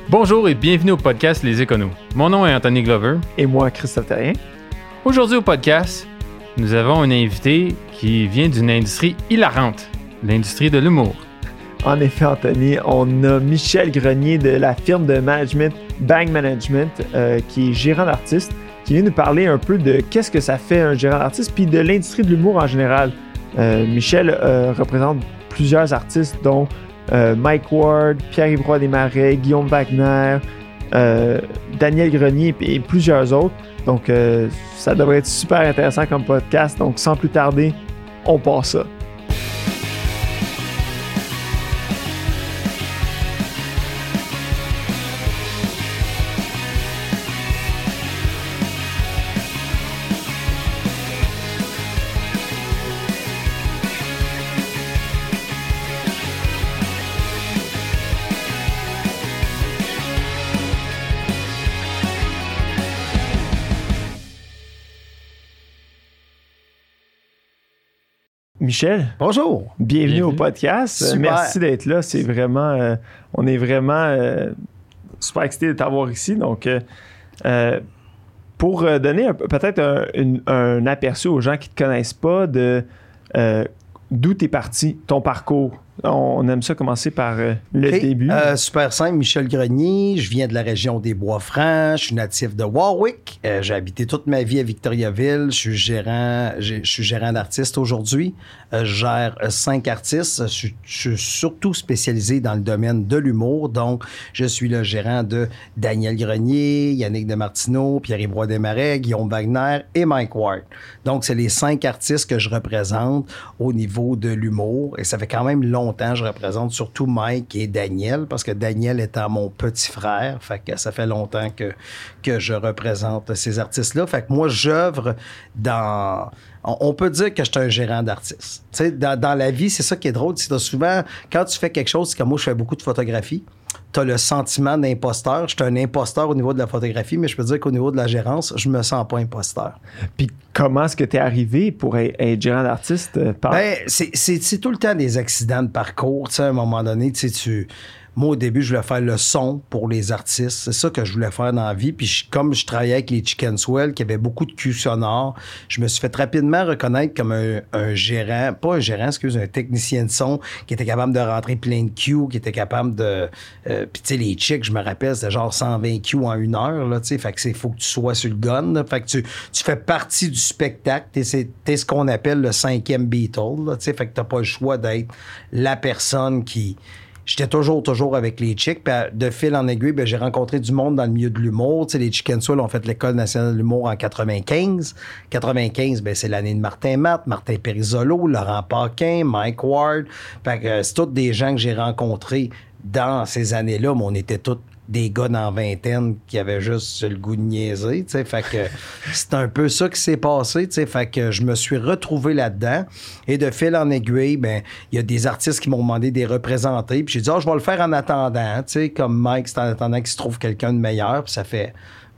Bonjour et bienvenue au podcast Les Éconos. Mon nom est Anthony Glover. Et moi, Christophe Terrien. Aujourd'hui au podcast, nous avons un invité qui vient d'une industrie hilarante, l'industrie de l'humour. En effet, Anthony, on a Michel Grenier de la firme de management Bang Management, qui est gérant d'artiste, qui vient nous parler un peu de qu'est-ce que ça fait un gérant d'artiste, puis de l'industrie de l'humour en général. Michel représente plusieurs artistes, dont Mike Ward, Pierre-Yves Roy Desmarais, Guillaume Wagner, Daniel Grenier et plusieurs autres. Donc, ça devrait être super intéressant comme podcast. Donc, sans plus tarder, on passe ça. Michel. Bonjour. Bienvenue au podcast. Super. Merci d'être là. C'est vraiment, on est vraiment super excités de t'avoir ici. Donc, pour donner peut-être un aperçu aux gens qui ne te connaissent pas de d'où tu es parti, ton parcours. On aime ça commencer par le début. Super simple, Michel Grenier. Je viens de la région des Bois-Francs. Je suis natif de Warwick. J'ai habité toute ma vie à Victoriaville. Je suis gérant d'artiste aujourd'hui. Je gère 5 artistes. Je suis surtout spécialisé dans le domaine de l'humour. Donc, je suis le gérant de Daniel Grenier, Yannick Demartino, Pierre-Yves Roy Desmarais, Guillaume Wagner et Mike Ward. Donc, c'est les 5 artistes que je représente au niveau de l'humour. Et ça fait quand même longtemps que je représente surtout Mike et Daniel, parce que Daniel étant mon petit frère, fait que ça fait longtemps que je représente ces artistes-là. Fait que moi, j'œuvre dans... On peut dire que je suis un gérant d'artiste. Tu sais, dans la vie, c'est ça qui est drôle. C'est souvent, quand tu fais quelque chose, c'est comme moi, je fais beaucoup de photographie. Tu as le sentiment d'imposteur. Je suis un imposteur au niveau de la photographie, mais je peux dire qu'au niveau de la gérance, je me sens pas imposteur. Puis comment est-ce que tu es arrivé pour être gérant d'artiste? C'est tout le temps des accidents de parcours. Tu sais, à un moment donné, moi, au début, je voulais faire le son pour les artistes. C'est ça que je voulais faire dans la vie. Puis comme je travaillais avec les Chickenswell, qui avaient beaucoup de cues sonores, je me suis fait rapidement reconnaître comme un gérant, pas un gérant, un technicien de son qui était capable de rentrer plein de cues, qui était capable de... Puis tu sais, les Chicks, je me rappelle, c'était genre 120 cues en 1 heure, là, tu sais. Fait que faut que tu sois sur le gun, là. Fait que tu fais partie du spectacle. T'es ce qu'on appelle le 5e Beatle, là, tu sais. Fait que t'as pas le choix d'être la personne qui... J'étais toujours avec les Chicks. Puis de fil en aiguille, j'ai rencontré du monde dans le milieu de l'humour. Tu sais, les Chickenswell ont fait l'École nationale de l'humour en 95. 95, c'est l'année de Martin Matt, Martin Périsolo, Laurent Paquin, Mike Ward. Fait que c'est tous des gens que j'ai rencontrés dans ces années-là, mais on était tous des gars dans vingtaine qui avaient juste le goût de niaiser, tu sais, fait que c'est un peu ça qui s'est passé, tu sais, fait que je me suis retrouvé là-dedans et de fil en aiguille, il y a des artistes qui m'ont demandé de les représenter, puis j'ai dit, je vais le faire en attendant, tu sais, comme Mike, c'est en attendant qu'il se trouve quelqu'un de meilleur, puis ça fait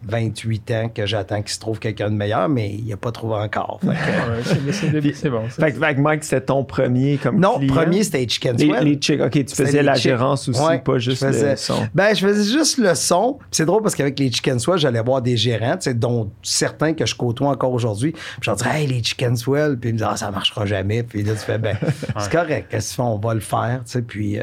28 ans que j'attends qu'il se trouve quelqu'un de meilleur, mais il n'a pas trouvé encore. C'est bon. Ça. Fait que Mike, c'était ton premier comme non, client? Premier, c'était Chickenswell. Les Chicks, OK, tu faisais la gérance aussi, pas juste le son. Je faisais juste le son. C'est drôle parce qu'avec les Chickenswell, j'allais voir des gérants, dont certains que je côtoie encore aujourd'hui. Puis je leur disais, hey, les Chickenswell. Puis ils me disaient, ça marchera jamais. Puis là, tu fais, c'est correct. Qu'est-ce qu'on fait? On va le faire. Puis,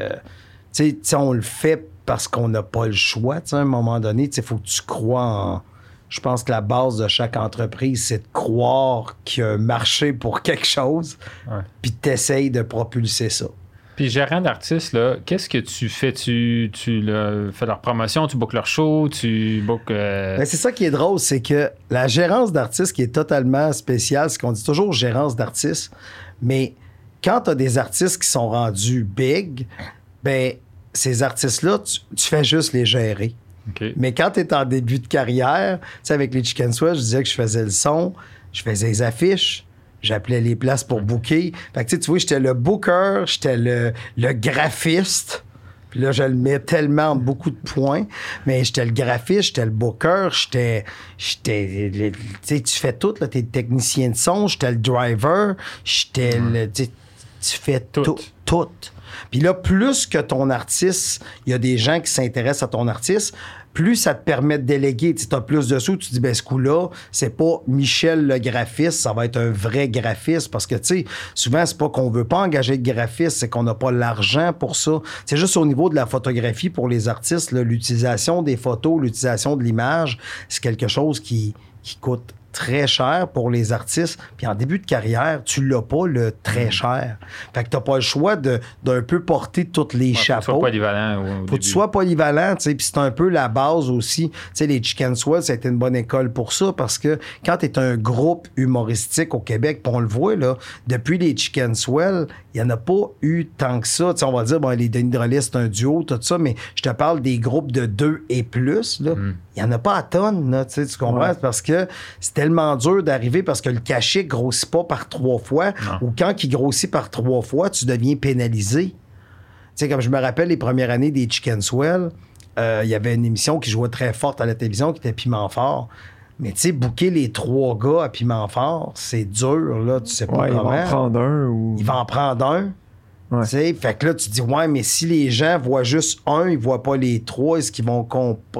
on le fait parce qu'on n'a pas le choix. À un moment donné, il faut que tu crois en... Je pense que la base de chaque entreprise, c'est de croire qu'il y a un marché pour quelque chose, puis t'essayes de propulser ça. Puis gérant d'artiste, là, qu'est-ce que tu fais? Tu fais leur promotion, tu bookes leur show, tu bookes... C'est ça qui est drôle, c'est que la gérance d'artiste qui est totalement spéciale, c'est qu'on dit toujours gérance d'artiste, mais quand tu as des artistes qui sont rendus big, ces artistes-là, tu fais juste les gérer. Okay. Mais quand tu es en début de carrière, tu sais, avec les Chickenswell, je disais que je faisais le son, je faisais les affiches, j'appelais les places pour booker. Fait que tu vois, j'étais le booker, j'étais le graphiste. Puis là, je le mets tellement en beaucoup de points. Mais j'étais le graphiste, j'étais le booker, j'étais tu sais, tu fais tout, là. T'es le technicien de son, j'étais le driver, j'étais le... Tu fais tout. Puis là, plus que ton artiste, il y a des gens qui s'intéressent à ton artiste, plus ça te permet de déléguer. Tu as plus de sous, tu te dis, ben ce coup-là, c'est pas Michel le graphiste, ça va être un vrai graphiste. Parce que, tu sais, souvent, c'est pas qu'on veut pas engager de graphiste, c'est qu'on n'a pas l'argent pour ça. C'est juste au niveau de la photographie pour les artistes, là, l'utilisation des photos, l'utilisation de l'image, c'est quelque chose qui coûte très cher pour les artistes. Puis en début de carrière, tu l'as pas le très cher. Fait que t'as pas le choix d'un peu porter tous les chapeaux. Faut que tu sois polyvalent. Faut que tu sois polyvalent, tu sais. Puis c'est un peu la base aussi. Tu sais, les Chicken Swell, ça a été une bonne école pour ça parce que quand t'es un groupe humoristique au Québec, puis on le voit, là, depuis les Chicken Swell, il y en a pas eu tant que ça. Tu sais, on va dire, bon, les Denis Drolet, c'est un duo, tout ça, mais je te parle des groupes de 2 et plus, là. Il y en a pas à tonnes, là, tu sais, tu comprends? Ouais. Parce que c'est tellement dur d'arriver parce que le cachet grossit pas par 3 fois. Non. Ou quand il grossit par 3 fois, tu deviens pénalisé. Tu sais, comme je me rappelle les premières années des Chicken Swell, il y avait une émission qui jouait très forte à la télévision qui était Piment Fort. Mais tu sais, booker les 3 gars à Piment Fort, c'est dur, là, tu sais pas comment. Il va en prendre un ou... Il va en prendre un. Ouais. Fait que là, tu te dis, ouais, mais si les gens voient juste un, ils voient pas les 3, est-ce qu'ils vont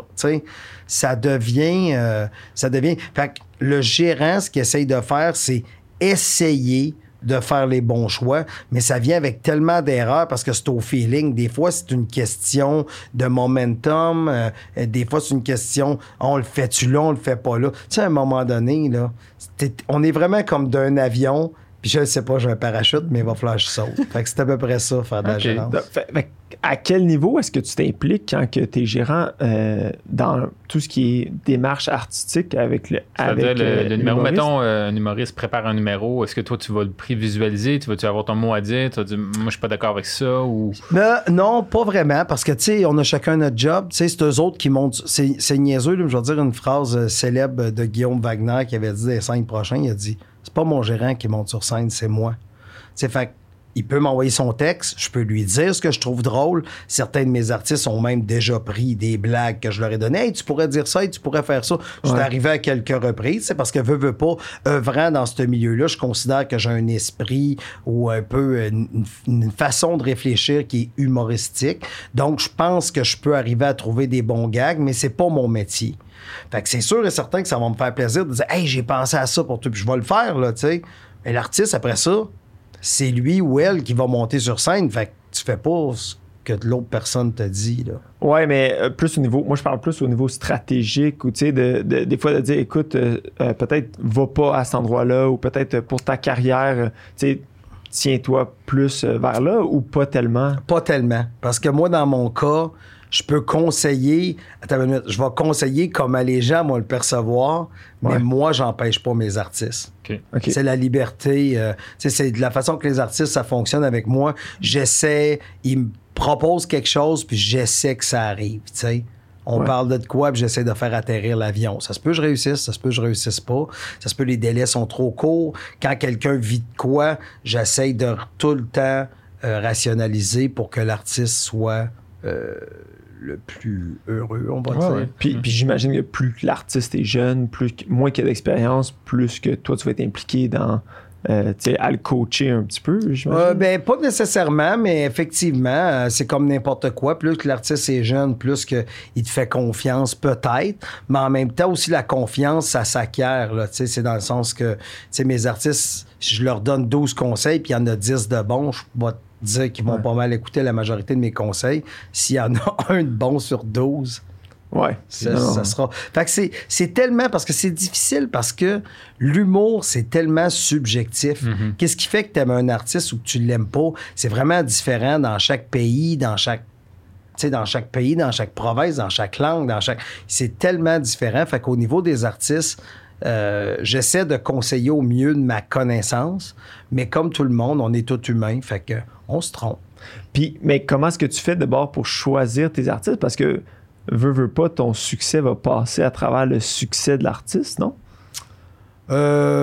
ça devient... Fait que le gérant, ce qu'il essaye de faire, c'est essayer de faire les bons choix, mais ça vient avec tellement d'erreurs parce que c'est au feeling. Des fois, c'est une question de momentum. Des fois, c'est une question, on le fait-tu là, on le fait pas là. Tu sais, à un moment donné, là, on est vraiment comme d'un avion. Puis je ne sais pas, j'ai un parachute, mais il va falloir que je saute. Fait que c'est à peu près ça, faire de la gérance. À quel niveau est-ce que tu t'impliques quand tu es gérant dans tout ce qui est démarche artistique avec le numéro? Mettons, un humoriste prépare un numéro. Est-ce que toi, tu vas le prévisualiser? Tu vas-tu avoir ton mot à dire? Tu vas dire, moi, je suis pas d'accord avec ça? Ou... Non, pas vraiment, parce que, tu sais, on a chacun notre job. Tu sais, c'est eux autres qui montent. C'est niaiseux, là, je vais dire une phrase célèbre de Guillaume Wagner qui avait dit les 5 prochains. Il a dit, c'est pas mon gérant qui monte sur scène, c'est moi. Tu sais, fait il peut m'envoyer son texte, je peux lui dire ce que je trouve drôle. Certains de mes artistes ont même déjà pris des blagues que je leur ai données. Hey, tu pourrais dire ça, hey, tu pourrais faire ça. Je suis arrivé à quelques reprises, c'est parce que veux pas, œuvrant dans ce milieu-là, je considère que j'ai un esprit ou un peu une façon de réfléchir qui est humoristique. Donc, je pense que je peux arriver à trouver des bons gags, mais c'est pas mon métier. Fait que c'est sûr et certain que ça va me faire plaisir de dire « Hey, j'ai pensé à ça pour toi, puis je vais le faire, là, tu sais. » Mais l'artiste, après ça, c'est lui ou elle qui va monter sur scène. Fait que tu fais pas ce que l'autre personne te dit, là. Ouais, mais plus au niveau... Moi, je parle plus au niveau stratégique ou, tu sais, des fois de dire « Écoute, peut-être va pas à cet endroit-là ou peut-être pour ta carrière, tu sais, tiens-toi plus vers là ou pas tellement? » Pas tellement. Parce que moi, dans mon cas... Je peux conseiller, attends une minute, je vais conseiller comment les gens vont le percevoir, mais moi, j'empêche pas mes artistes. Okay. C'est la liberté. C'est de la façon que les artistes, ça fonctionne avec moi. J'essaie, ils me proposent quelque chose, puis j'essaie que ça arrive. T'sais. On parle de quoi, puis j'essaie de faire atterrir l'avion. Ça se peut que je réussisse, ça se peut que je réussisse pas. Ça se peut que les délais sont trop courts. Quand quelqu'un vit de quoi, j'essaie de tout le temps rationaliser pour que l'artiste soit... le plus heureux, on va dire. Ouais. Puis j'imagine que plus l'artiste est jeune, moins qu'il y a d'expérience, plus que toi, tu vas être impliqué dans à le coacher un petit peu, j'imagine. Pas nécessairement, mais effectivement, c'est comme n'importe quoi. Plus que l'artiste est jeune, plus qu'il te fait confiance, peut-être. Mais en même temps, aussi, la confiance, ça s'acquiert. Là, c'est dans le sens que mes artistes, je leur donne 12 conseils, puis il y en a 10 de bons. Je vais dire qu'ils vont pas mal écouter la majorité de mes conseils. S'il y en a un de bon sur 12, ça sera... Fait que c'est tellement... Parce que c'est difficile, parce que l'humour, c'est tellement subjectif. Mm-hmm. Qu'est-ce qui fait que tu aimes un artiste ou que tu l'aimes pas? C'est vraiment différent dans chaque pays, dans chaque pays, dans chaque province, dans chaque langue, c'est tellement différent. Fait qu'au niveau des artistes... j'essaie de conseiller au mieux de ma connaissance, mais comme tout le monde, on est tous humains, fait que on se trompe. Puis, mais comment est-ce que tu fais d'abord pour choisir tes artistes? Parce que, veux pas, ton succès va passer à travers le succès de l'artiste, non? Tu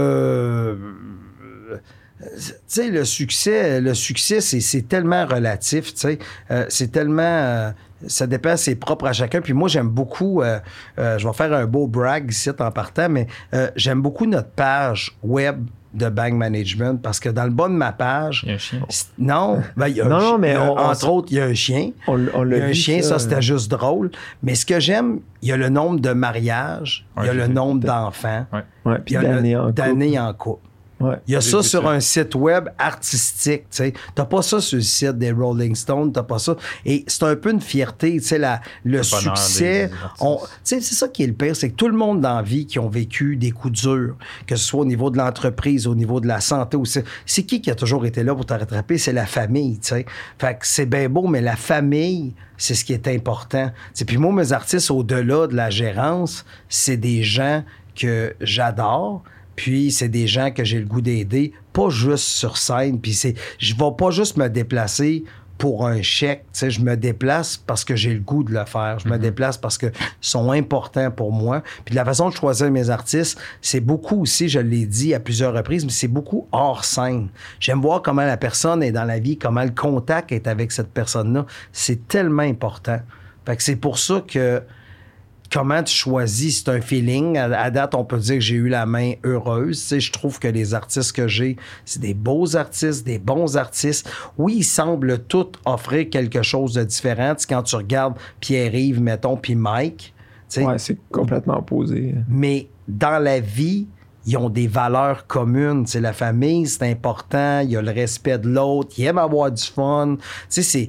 sais, le succès, c'est tellement relatif, tu sais. C'est tellement... ça dépend, c'est propre à chacun. Puis moi, j'aime beaucoup... je vais faire un beau brag ici en partant, mais j'aime beaucoup notre page web de Bang Management parce que dans le bas de ma page... Il y a un chien. Non, ben, il y a un chien. Mais entre autres, il y a un chien. Il y a un chien, ça c'était juste drôle. Mais ce que j'aime, il y a le nombre de mariages, il y a le nombre d'enfants, puis d'années en couple. Ouais. Il y a ça sur un site web artistique, tu sais. T'as pas ça sur le site des Rolling Stones, t'as pas ça. Et c'est un peu une fierté, tu sais, le succès. Tu sais, c'est ça qui est le pire, c'est que tout le monde dans la vie qui ont vécu des coups durs, que ce soit au niveau de l'entreprise, au niveau de la santé aussi. C'est qui a toujours été là pour te rattraper? C'est la famille, tu sais. Fait que c'est bien beau, mais la famille, c'est ce qui est important. T'sais, puis moi, mes artistes, au-delà de la gérance, c'est des gens que j'adore. Puis c'est des gens que j'ai le goût d'aider, pas juste sur scène. Puis je vais pas juste me déplacer pour un chèque. Tu sais, je me déplace parce que j'ai le goût de le faire. Je me déplace parce qu'ils sont importants pour moi. Puis de la façon de choisir mes artistes, c'est beaucoup aussi, je l'ai dit à plusieurs reprises, mais c'est beaucoup hors scène. J'aime voir comment la personne est dans la vie, comment le contact est avec cette personne-là. C'est tellement important. Fait que c'est pour ça que comment tu choisis, c'est un feeling. À date, on peut dire que j'ai eu la main heureuse. Tu sais, je trouve que les artistes que j'ai, c'est des beaux artistes, des bons artistes. Oui, ils semblent tous offrir quelque chose de différent. Tu sais, quand tu regardes Pierre-Yves, mettons, puis Mike. Tu sais, c'est complètement opposé. Mais dans la vie, ils ont des valeurs communes. Tu sais, la famille, c'est important. Il y a le respect de l'autre. Ils aiment avoir du fun. Tu sais,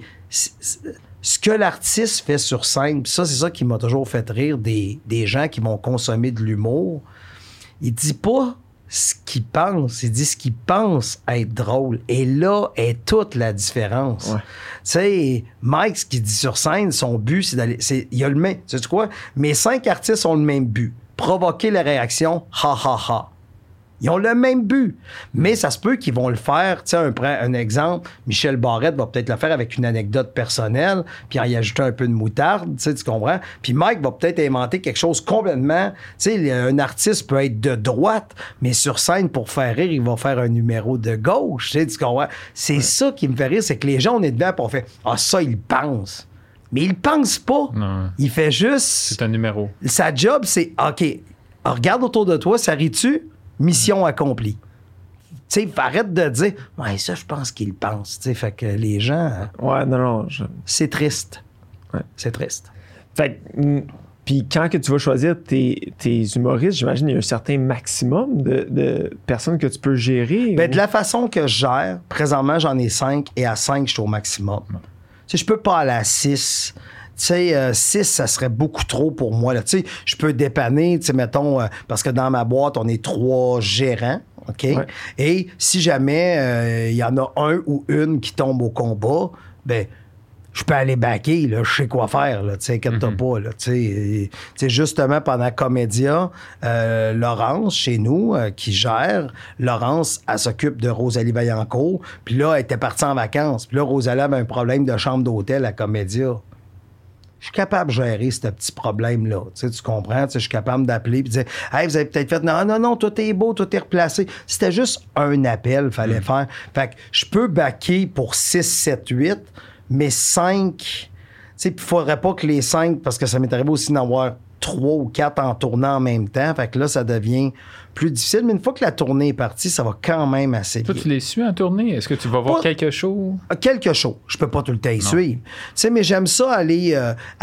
ce que l'artiste fait sur scène, puis ça, c'est ça qui m'a toujours fait rire des gens qui vont consommer de l'humour. Il dit pas ce qu'il pense, il dit ce qu'il pense être drôle. Et là est toute la différence. Ouais. Tu sais, Mike, ce qu'il dit sur scène, son but, c'est d'aller... il y a le même... Tu sais quoi? Mes 5 artistes ont le même but. Provoquer la réaction, ha, ha, ha. Ils ont le même but. Mais ça se peut qu'ils vont le faire. Tu sais, un exemple, Michel Barrette va peut-être le faire avec une anecdote personnelle, puis en y ajouter un peu de moutarde, tu sais, tu comprends? Puis Mike va peut-être inventer quelque chose complètement... Tu sais, un artiste peut être de droite, mais sur scène, pour faire rire, il va faire un numéro de gauche, tu sais, tu comprends? C'est ça qui me fait rire, c'est que les gens, on est devant, puis on fait « Ah, ça, il pense. » Mais il pense pas. Non. Il fait juste... C'est un numéro. Sa job, c'est « OK, regarde autour de toi, ça rit-tu? » Mission accomplie. Tu sais, arrête de dire « Ouais, ça, je pense qu'il pense. » Tu sais, fait que les gens... Ouais, non. C'est triste. Ouais. C'est triste. Fait que... Puis quand que tu vas choisir tes humoristes, j'imagine qu'il y a un certain maximum de personnes que tu peux gérer. Ben, de la façon que je gère, présentement, j'en ai 5 et à 5, je suis au maximum. Tu sais, je peux pas aller à 6. Tu sais, 6, ça serait beaucoup trop pour moi. Tu sais, je peux dépanner, tu sais, mettons, parce que dans ma boîte, on est 3 gérants, OK? Ouais. Et si jamais il y en a un ou une qui tombe au combat, ben je peux aller backer, là, je sais quoi faire, là, tu sais, inquiète-toi pas, là, tu sais, justement, pendant Comédia, Laurence, chez nous, qui gère, Laurence, elle s'occupe de Rosalie Vaillancourt, puis là, elle était partie en vacances, puis là, Rosalie avait un problème de chambre d'hôtel à Comédia. Je suis capable de gérer ce petit problème-là. Tu comprends? Je suis capable d'appeler et de dire « Hey, vous avez peut-être fait... Non, tout est beau, tout est replacé. » C'était juste un appel qu'il fallait faire. Fait que je peux backer pour 6, 7, 8, mais 5... Tu sais, il ne faudrait pas que les 5... Parce que ça m'est arrivé aussi d'en avoir 3 ou 4 en tournant en même temps. Fait que là, ça devient plus difficile. Mais une fois que la tournée est partie, ça va quand même assez bien. Toi, tu les suis en tournée? Est-ce que tu vas voir quelque chose? Quelque chose. Je peux pas tout le temps y suivre. Tu sais, mais j'aime ça aller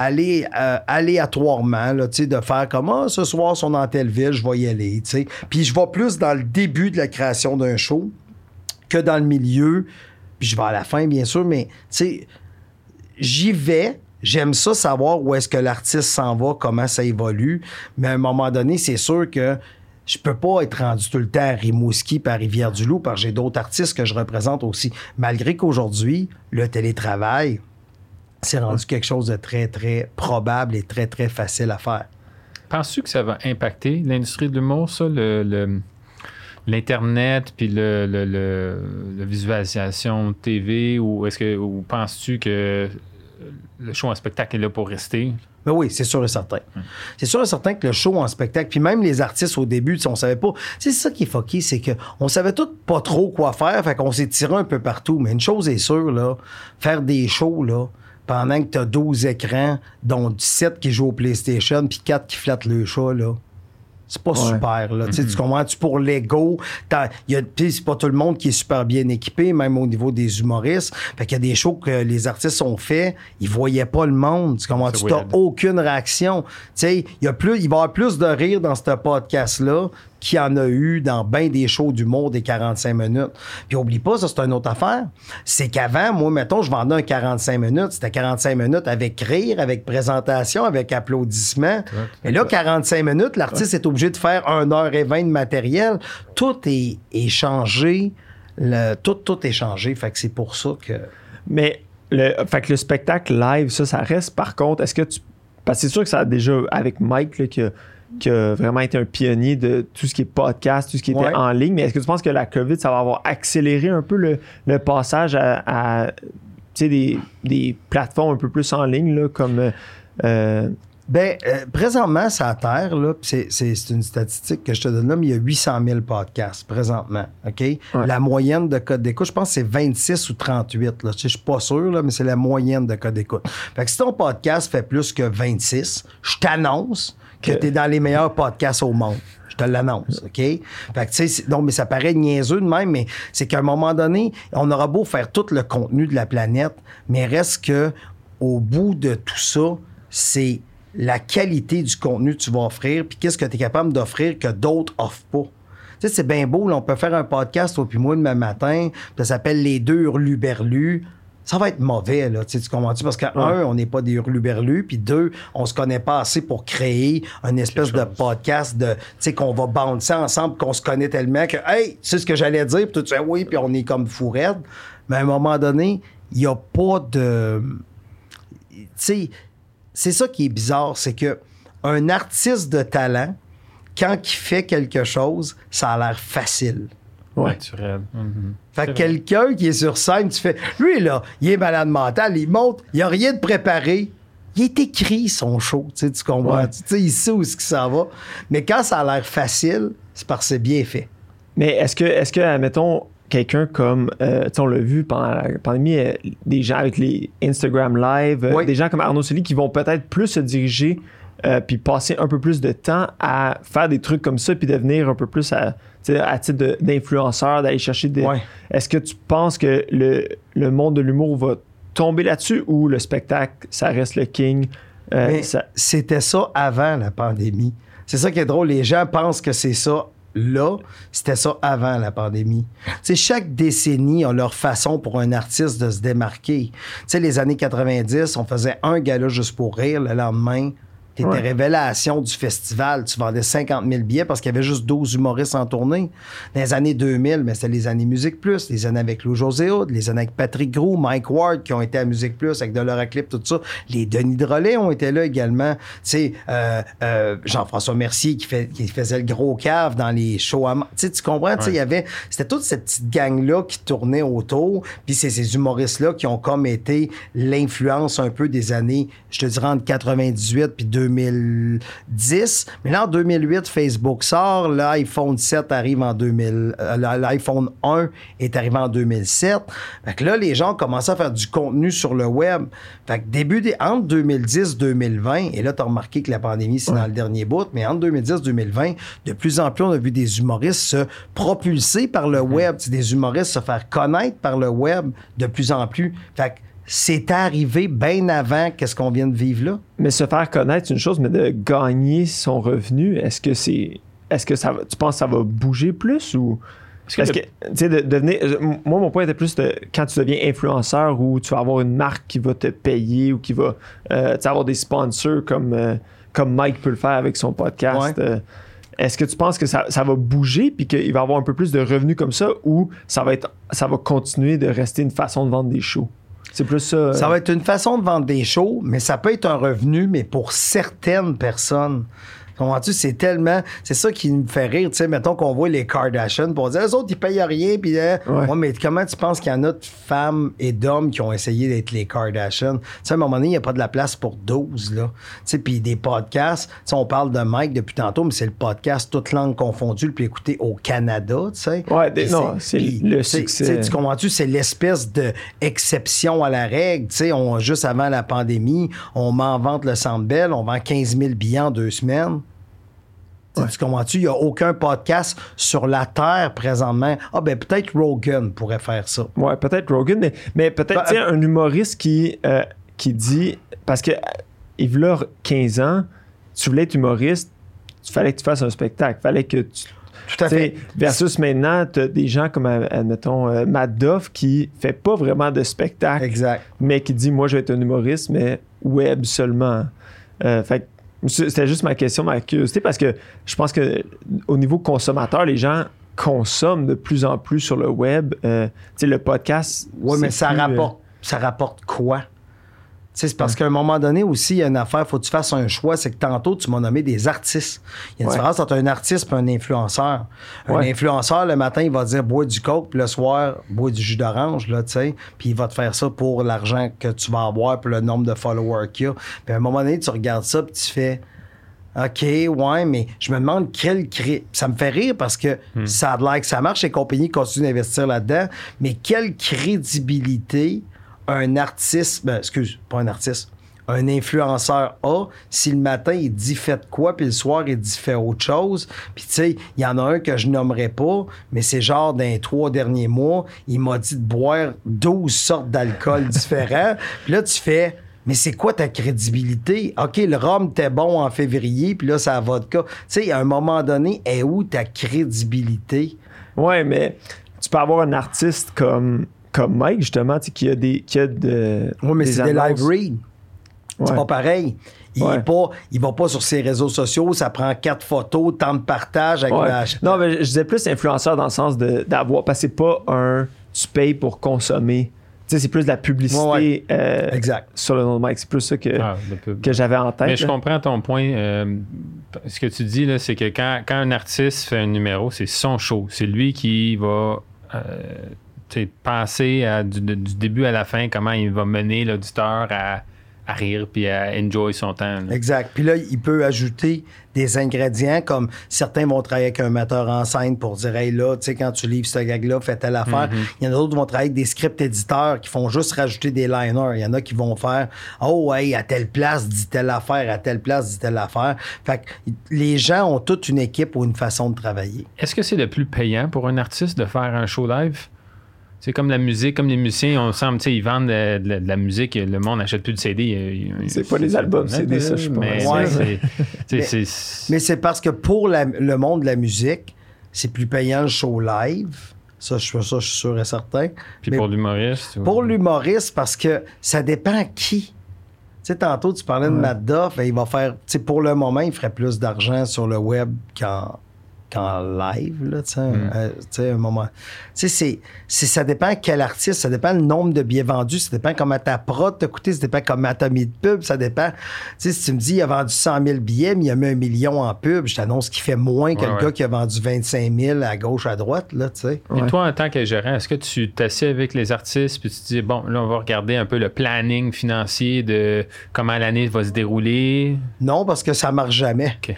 aléatoirement, là, tu sais, de faire comme, ce soir, ils sont dans telle ville, je vais y aller, tu sais. Puis je vais plus dans le début de la création d'un show que dans le milieu. Puis je vais à la fin, bien sûr, mais, tu sais, j'y vais. J'aime ça savoir où est-ce que l'artiste s'en va, comment ça évolue. Mais à un moment donné, c'est sûr que je peux pas être rendu tout le temps à Rimouski par Rivière-du-Loup parce que j'ai d'autres artistes que je représente aussi. Malgré qu'aujourd'hui, le télétravail, c'est rendu quelque chose de très, très probable et très, très facile à faire. Penses-tu que ça va impacter l'industrie de l'humour, ça, l'Internet puis la visualisation TV, ou penses-tu que le show en spectacle est là pour rester? Ben oui, c'est sûr et certain. C'est sûr et certain que le show en spectacle, puis même les artistes au début, on savait pas. C'est ça qui est fucké, c'est qu'on savait tous pas trop quoi faire, fait qu'on s'est tiré un peu partout. Mais une chose est sûre, là, faire des shows, là, pendant que t'as 12 écrans, dont 7 qui jouent au PlayStation, puis 4 qui flattent le chat, là, C'est pas super, là. Tu comprends-tu? Pour l'ego, c'est pas tout le monde qui est super bien équipé, même au niveau des humoristes. Fait qu'il y a des shows que les artistes ont fait, ils voyaient pas le monde. Tu comprends-tu? T'as aucune réaction. Tu sais, il va y avoir plus de rire dans ce podcast-là qu'il y en a eu dans bien des shows d'humour des 45 minutes. Puis oublie pas, ça, c'est une autre affaire. C'est qu'avant, moi, mettons, je vendais un 45 minutes. C'était 45 minutes avec rire, avec présentation, avec applaudissements. Mais là, 45 minutes, l'artiste est obligé de faire 1h20 de matériel. Tout est changé. Tout est changé. Fait que c'est pour ça que... Mais fait que le spectacle live, ça reste. Par contre, est-ce que tu... Parce que c'est sûr que ça a déjà, avec Mike, là, qui a vraiment été un pionnier de tout ce qui est podcast, tout ce qui était en ligne. Mais est-ce que tu penses que la COVID, ça va avoir accéléré un peu le passage à des plateformes un peu plus en ligne, là, comme... présentement, ça terre, là, c'est une statistique que je te donne là, mais il y a 800 000 podcasts présentement, OK? Ouais. La moyenne de code d'écoute, je pense que c'est 26 ou 38, là. Je suis pas sûr, là, mais c'est la moyenne de code d'écoute. Fait que si ton podcast fait plus que 26, je t'annonce que tu es dans les meilleurs podcasts au monde. Je te l'annonce, OK? Fait que, tu sais, mais ça paraît niaiseux de même, mais c'est qu'à un moment donné, on aura beau faire tout le contenu de la planète, mais reste que au bout de tout ça, c'est la qualité du contenu que tu vas offrir, puis qu'est-ce que tu es capable d'offrir que d'autres offrent pas. Tu sais, c'est bien beau, là, on peut faire un podcast, toi puis moi, demain matin, ça s'appelle Les Deux Hurluberlus. Ça va être mauvais, là, tu comprends-tu? Parce qu'un, on n'est pas des hurluberlus, puis deux, on se connaît pas assez pour créer une espèce de podcast tu sais, qu'on va bouncer ensemble, qu'on se connaît tellement que, hey, tu sais ce que j'allais dire, puis tu dis oui, puis on est comme fou raide. Mais à un moment donné, il n'y a pas de... Tu sais, c'est ça qui est bizarre, c'est que un artiste de talent, quand il fait quelque chose, ça a l'air facile. Ouais. Naturel. Fait que quelqu'un qui est sur scène, tu fais... Lui, là, il est malade mental, il monte, il n'y a rien de préparé. Il est écrit, son show, tu comprends? Ouais. Tu sais, il sait où est-ce que ça va. Mais quand ça a l'air facile, c'est parce que c'est bien fait. Mais est-ce que admettons, quelqu'un comme, on l'a vu pendant la pandémie, des gens avec les Instagram Live, des gens comme Arnaud Soli qui vont peut-être plus se diriger puis passer un peu plus de temps à faire des trucs comme ça puis devenir un peu plus à titre d'influenceur, d'aller chercher des... Ouais. Est-ce que tu penses que le monde de l'humour va tomber là-dessus ou le spectacle, ça reste le king? C'était ça avant la pandémie. C'est ça qui est drôle. Les gens pensent que c'est ça là, c'était ça avant la pandémie. Tu sais, chaque décennie a leur façon pour un artiste de se démarquer. Tu sais, les années 90, on faisait un gala juste pour rire. Le lendemain, t'étais révélation du festival. Tu vendais 50 000 billets parce qu'il y avait juste 12 humoristes en tournée. Dans les années 2000, mais c'était les années Musique Plus, les années avec Louis-José Hood, les années avec Patrick Groux, Mike Ward qui ont été à Musique Plus avec de l'Euroclip, tout ça. Les Denis Drolet ont été là également. Tu sais, Jean-François Mercier qui faisait le gros cave dans les shows à... Tu comprends? Tu sais, il y avait... C'était toute cette petite gang-là qui tournait autour. Puis c'est ces humoristes-là qui ont comme été l'influence un peu des années, je te dirais, entre 98 puis 2010. Mais là, en 2008, Facebook sort. L'iPhone 7 arrive en 2000. L'iPhone 1 est arrivé en 2007. Fait que là, les gens ont commencé à faire du contenu sur le web. Fait que entre 2010 et 2020, et là, tu as remarqué que la pandémie, c'est dans le dernier bout, mais entre 2010 et 2020, de plus en plus, on a vu des humoristes se propulser par le web. C'est des humoristes se faire connaître par le web de plus en plus. Fait que c'est arrivé bien avant qu'est-ce qu'on vient de vivre là. Mais se faire connaître, c'est une chose, mais de gagner son revenu, est-ce que ça tu penses que ça va bouger plus ou... Parce que, tu sais, de devenir... Moi, mon point était plus de quand tu deviens influenceur ou tu vas avoir une marque qui va te payer ou qui va avoir des sponsors comme Mike peut le faire avec son podcast. Ouais. Est-ce que tu penses que ça va bouger puis qu'il va avoir un peu plus de revenus comme ça ou ça va continuer de rester une façon de vendre des shows? C'est plus ça. Ça va être une façon de vendre des shows, mais ça peut être un revenu, mais pour certaines personnes. Comprends-tu? C'est ça qui me fait rire. Tu sais, mettons qu'on voit les Kardashians pour dire, eux autres, ils payent rien. Puis, mais comment tu penses qu'il y en a de femmes et d'hommes qui ont essayé d'être les Kardashians? Tu sais, à un moment donné, il n'y a pas de la place pour 12, là. Tu sais, puis des podcasts. Tu sais, on parle de Mike depuis tantôt, mais c'est le podcast toute langue confondue, le plus écouté au Canada, tu sais. Ouais, c'est le succès. Tu comprends-tu? C'est l'espèce d'exception à la règle. Tu sais, juste avant la pandémie, on m'en vante le Centre Bell, on vend 15 000 billets en 2 semaines. Tu comprends-tu? Il n'y a aucun podcast sur la Terre présentement. Ah, ben peut-être Rogan pourrait faire ça. Ouais, peut-être Rogan, mais peut-être un humoriste qui dit. Parce que, il y a 15 ans, tu voulais être humoriste, il fallait que tu fasses un spectacle. Il fallait que tu. Tout à fait. Versus maintenant, tu as des gens comme, admettons, Matt Duff qui fait pas vraiment de spectacle. Exact. Mais qui dit, moi, je vais être un humoriste, mais web seulement. Fait que c'était juste ma question, ma curiosité, parce que je pense que au niveau consommateur, les gens consomment de plus en plus sur le web. Le podcast. Oui, mais ça rapporte quoi? C'est parce qu'à un moment donné aussi, il y a une affaire, il faut que tu fasses un choix. C'est que tantôt, tu m'as nommé des artistes. Il y a une différence entre un artiste et un influenceur. Un influenceur, le matin, il va dire bois du coke, puis le soir, bois du jus d'orange, là, tu sais. Puis il va te faire ça pour l'argent que tu vas avoir, puis le nombre de followers qu'il y a. Puis à un moment donné, tu regardes ça, puis tu fais OK, ouais, mais je me demande ça me fait rire parce que ça a l'air que ça marche, les compagnies continuent d'investir là-dedans, mais quelle crédibilité un artiste, un influenceur a si le matin il dit faites quoi, puis le soir il dit fais autre chose. Puis tu sais, il y en a un que je nommerai pas, mais c'est genre dans les 3 derniers mois, il m'a dit de boire 12 sortes d'alcool différents. Puis là, tu fais mais c'est quoi ta crédibilité? OK, le rhum était bon en février, puis là, c'est la vodka. Tu sais, à un moment donné, est où ta crédibilité? Ouais, mais tu peux avoir un artiste comme Mike, justement, qui a de. Oui, mais c'est des live reads. C'est pas pareil. Il va pas sur ses réseaux sociaux, ça prend 4 photos, temps de partage avec la... Non, mais je disais plus influenceur dans le sens d'avoir. Parce que c'est pas tu payes pour consommer. Tu sais, c'est plus de la publicité exact. Sur le nom de Mike. C'est plus ça que j'avais en tête. Mais je comprends ton point. Ce que tu dis, là, c'est que quand un artiste fait un numéro, c'est son show. C'est lui qui va penser du début à la fin, comment il va mener l'auditeur à rire puis à enjoy son temps. Là. Exact. Puis là, il peut ajouter des ingrédients comme certains vont travailler avec un metteur en scène pour dire hey là, tu sais, quand tu livres ce gag-là, fais telle affaire. Il y en a d'autres qui vont travailler avec des scripts éditeurs qui font juste rajouter des liners. Il y en a qui vont faire oh hey, à telle place, dis telle affaire, à telle place, dis telle affaire. Fait que les gens ont toute une équipe ou une façon de travailler. Est-ce que c'est le plus payant pour un artiste de faire un show live? C'est comme la musique, comme les musiciens, on semble, ils vendent de la musique, le monde n'achète plus de CD. C'est pas les albums CD, ça, je pense. Mais c'est parce que pour le monde de la musique, c'est plus payant le show live. Ça, je suis sûr et certain. Puis pour l'humoriste? Pour l'humoriste, parce que ça dépend qui. Tu sais, tantôt, tu parlais de Matt Duff, il va faire... Tu sais, pour le moment, il ferait plus d'argent sur le web qu'en live, là, tu sais, un moment. Tu sais, ça dépend quel artiste, ça dépend le nombre de billets vendus, ça dépend comment ta prod t'a coûté, ça dépend comment t'as mis de pub, ça dépend. Tu sais, si tu me dis, il a vendu 100 000 billets, mais il a mis 1 million en pub, je t'annonce qu'il fait moins que le gars qui a vendu 25 000 à gauche, à droite, là, tu sais. Et toi, en tant que gérant, est-ce que tu t'assieds avec les artistes puis tu te dis, bon, là, on va regarder un peu le planning financier de comment l'année va se dérouler? Non, parce que ça marche jamais. OK.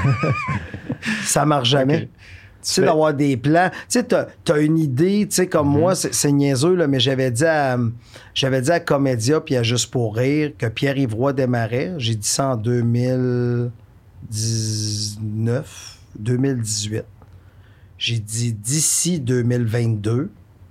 Ça marche jamais. Okay. Tu sais, d'avoir des plans. Tu sais, t'as une idée, tu sais, comme moi, c'est niaiseux, là, mais j'avais dit à Comédia puis à Juste pour rire que Pierre-Yves Roy démarrait. J'ai dit ça en 2018. J'ai dit d'ici 2022.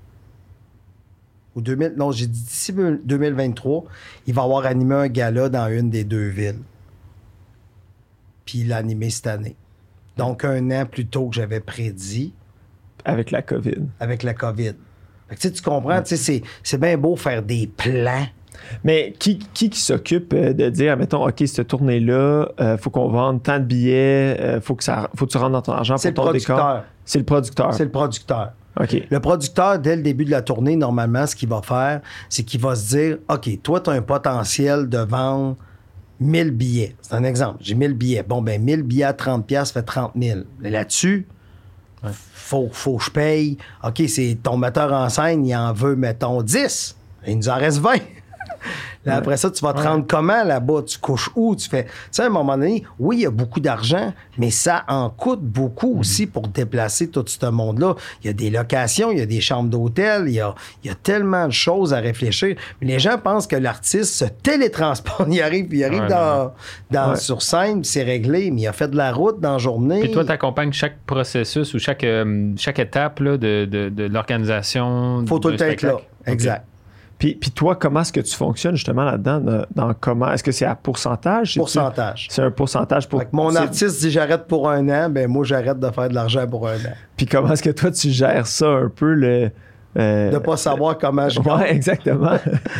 J'ai dit d'ici 2023, il va avoir animé un gala dans une des 2 villes. Puis il l'a animé cette année. Donc, 1 an plus tôt que j'avais prédit. Avec la COVID. Fait que, tu comprends, c'est bien beau faire des plans. Mais qui s'occupe de dire, mettons, OK, cette tournée-là, faut qu'on vende tant de billets, faut que tu rentres dans ton argent pour ton décor? C'est le producteur. C'est le producteur. OK. Le producteur, dès le début de la tournée, normalement, ce qu'il va faire, c'est qu'il va se dire, OK, toi, tu as un potentiel de vendre 1000 billets. C'est un exemple. J'ai 1000 billets. Bon, ben 1000 billets à 30$ fait 30 000. Mais là-dessus, faut que je paye. OK, c'est ton metteur en scène, il en veut, mettons, 10. Il nous en reste 20. Là, après ça, tu vas te rendre comment là-bas? Tu couches où? Tu fais... Tu sais, à un moment donné, oui, il y a beaucoup d'argent, mais ça en coûte beaucoup aussi pour déplacer tout ce monde-là. Il y a des locations, il y a des chambres d'hôtel, il y a tellement de choses à réfléchir. Mais les gens pensent que l'artiste se télétransporte, il arrive sur scène, puis c'est réglé, mais il a fait de la route dans la journée. Puis toi, tu accompagnes chaque processus ou chaque étape là, de l'organisation. Faut tout le temps être là. Okay. Exact. Puis toi, comment est-ce que tu fonctionnes justement là-dedans? Dans comment? Est-ce que c'est à pourcentage? Pourcentage. C'est un pourcentage pour... Mon artiste dit j'arrête pour 1 an, ben moi j'arrête de faire de l'argent pour 1 an. Puis comment est-ce que toi tu gères ça un peu de pas savoir comment je gagne. Ouais, exactement.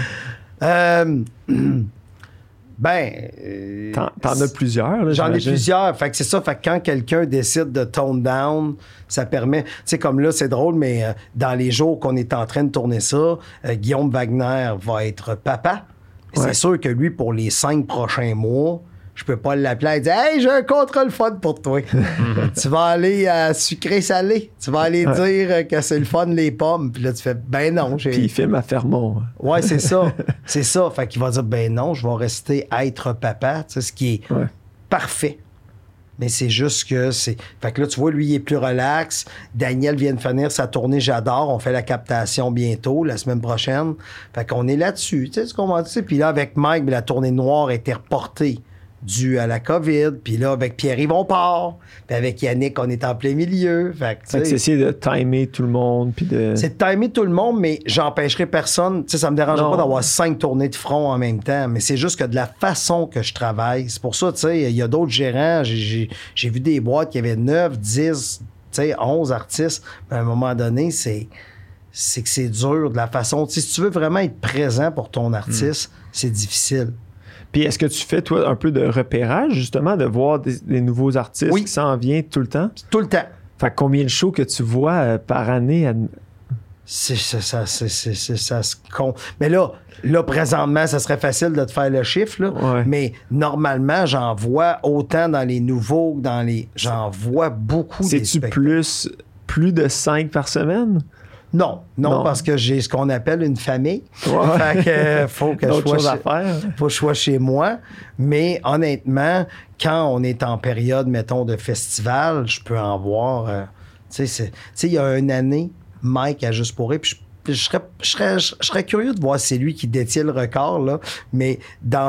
T'en as plusieurs. Là, j'en ai plusieurs. Fait que c'est ça. Fait que quand quelqu'un décide de tone down, ça permet... Tu sais, comme là, c'est drôle, mais dans les jours qu'on est en train de tourner ça, Guillaume Wagner va être papa. Ouais. C'est sûr que lui, pour les 5 prochains mois, je peux pas l'appeler et dire « Hey, j'ai un contrat le fun pour toi. Tu vas aller à sucré-salé. Tu vas aller dire que c'est le fun, les pommes. » Puis là, tu fais « Ben non. » Puis il filme à Fermont. Ouais, c'est ça. C'est ça. Fait qu'il va dire « Ben non, je vais rester être papa. » Tu sais, ce qui est parfait. Mais c'est juste que c'est... Fait que là, tu vois, lui, il est plus relax. Daniel vient de finir sa tournée J'adore. On fait la captation bientôt, la semaine prochaine. Fait qu'on est là-dessus. Tu sais ce qu'on va dire? Puis là, avec Mike, la tournée noire a été reportée dû à la COVID. Puis là, avec Pierre-Yves, on part. Puis avec Yannick, on est en plein milieu. Fait que c'est essayer de timer tout le monde. Puis c'est de timer tout le monde, mais j'empêcherai personne. Tu sais, ça me dérange pas d'avoir 5 tournées de front en même temps. Mais c'est juste que de la façon que je travaille, c'est pour ça, tu sais, il y a d'autres gérants. J'ai vu des boîtes qui avaient 9, 10, tu sais, 11 artistes. Mais à un moment donné, c'est que c'est dur de la façon. Tu sais, si tu veux vraiment être présent pour ton artiste, c'est difficile. Puis est-ce que tu fais, toi, un peu de repérage, justement, de voir des nouveaux artistes qui s'en viennent tout le temps? Tout le temps. Fait que combien de shows que tu vois par année? Ça se compte. Mais là, présentement, ça serait facile de te faire le chiffre, là. Ouais. Mais normalement, j'en vois autant dans les nouveaux que dans les... J'en vois beaucoup. C'est-tu plus de 5 par semaine? Non, parce que j'ai ce qu'on appelle une famille. Ouais. Fait que faut que je sois chez moi. Mais honnêtement, quand on est en période, mettons, de festival, je peux en voir... tu sais, il y a une année, Mike a Juste pour rire, puis je serais curieux de voir si c'est lui qui détient le record, là, mais dans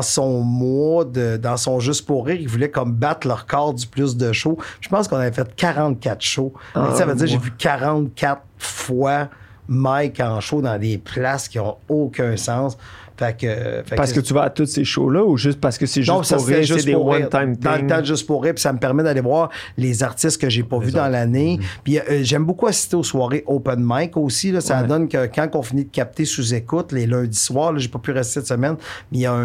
son Juste pour rire, il voulait comme battre le record du plus de shows. Je pense qu'on avait fait 44 shows. Ça veut dire que j'ai vu 44 fois Mike en show dans des places qui n'ont aucun sens. Parce que tu vas à tous ces shows-là ou juste parce que c'est juste pour rire, c'est des one-time things? Dans le temps, Juste pour rire, puis ça me permet d'aller voir les artistes que j'ai pas vus dans l'année. Puis j'aime beaucoup assister aux soirées open mic aussi. Là, ça donne que quand on finit de capter sous écoute, les lundis soirs, là, j'ai pas pu rester cette semaine, mais il y a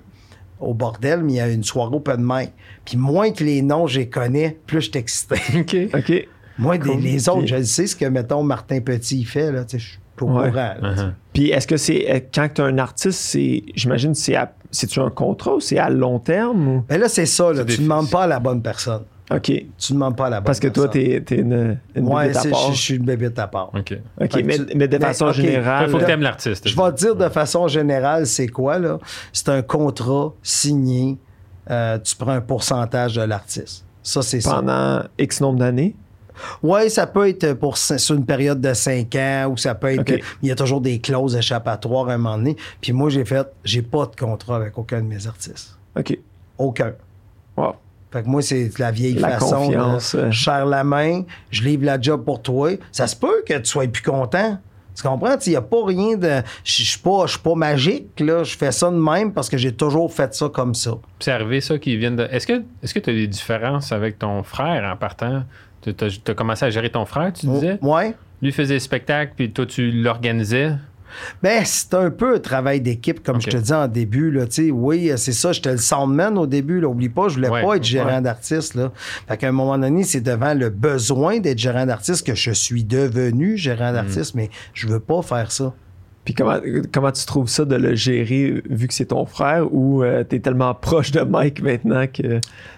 au bordel, mais il y a une soirée open mic. Puis moins que les noms, je les connais, plus je suis excité. OK. Moi, les autres, je sais ce que, mettons, Martin Petit fait, là, tu sais, je suis au courant. Puis est-ce que c'est, quand tu es un artiste, j'imagine, c'est-tu un contrat ou c'est à long terme? Ou? Ben là, c'est ça, là, tu ne demandes pas à la bonne personne. OK. Tu ne demandes pas à la bonne personne. Parce que toi, t'es une bébête à part. Je suis une bébête à part. OK. Mais de façon générale... Il faut que tu aimes l'artiste. Je vais te dire de façon générale, c'est quoi, là? C'est un contrat signé. Tu prends un pourcentage de l'artiste. Ça, c'est ça. Pendant X nombre d'années? Oui, ça peut être sur une période de 5 ans ou ça peut être... Il y a toujours des clauses échappatoires à un moment donné. Puis moi, j'ai pas de contrat avec aucun de mes artistes. OK. Aucun. Wow. Fait que moi, c'est la vieille façon. Confiance. Je serre la main, je livre la job pour toi. Ça se peut que tu sois plus content. Tu comprends? Il n'y a pas rien de... Je suis pas magique, là. Je fais ça de même parce que j'ai toujours fait ça comme ça. Puis c'est arrivé ça qui vient de... Est-ce que tu as des différences avec ton frère en partant? Tu as commencé à gérer ton frère, tu disais? Oui. Lui faisait des spectacles, puis toi, tu l'organisais? Ben, c'est un peu un travail d'équipe, comme je te dis en début. Là, oui, c'est ça. J'étais le soundman au début. Là, oublie pas, je voulais pas être gérant d'artiste. Là. Fait qu'à un moment donné, c'est devant le besoin d'être gérant d'artiste que je suis devenu gérant d'artiste, mais je veux pas faire ça. Puis comment tu trouves ça de le gérer vu que c'est ton frère ou t'es tellement proche de Mike maintenant que...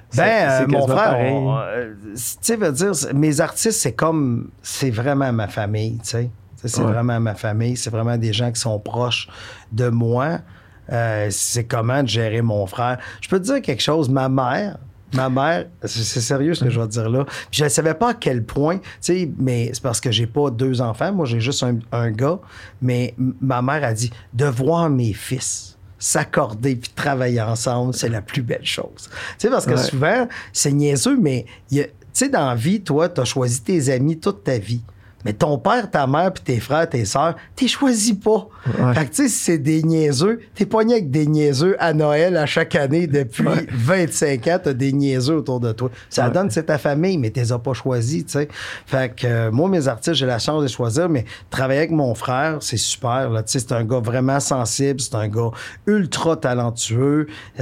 mon frère, tu sais, veut dire, mes artistes, c'est vraiment ma famille, tu sais. C'est vraiment ma famille, c'est vraiment des gens qui sont proches de moi. c'est comment de gérer mon frère. Je peux te dire quelque chose, ma mère, c'est sérieux ce que je vais te dire là. Puis je ne savais pas à quel point, tu sais, mais c'est parce que j'ai pas 2 enfants, moi j'ai juste un gars, mais ma mère a dit de voir mes fils s'accorder puis travailler ensemble, c'est la plus belle chose. Tu sais, parce que souvent, c'est niaiseux, mais tu sais, dans la vie, toi, tu as choisi tes amis toute ta vie. Mais ton père, ta mère, puis tes frères, tes sœurs, t'es choisi pas. Fait que, tu sais, si c'est des niaiseux, t'es pogné avec des niaiseux à Noël à chaque année depuis 25 ans, t'as des niaiseux autour de toi. Ça donne, c'est ta famille, mais t'es as pas choisi, tu sais. Fait que moi, mes artistes, j'ai la chance de choisir, mais travailler avec mon frère, c'est super, là. Tu sais, c'est un gars vraiment sensible, c'est un gars ultra talentueux. Tu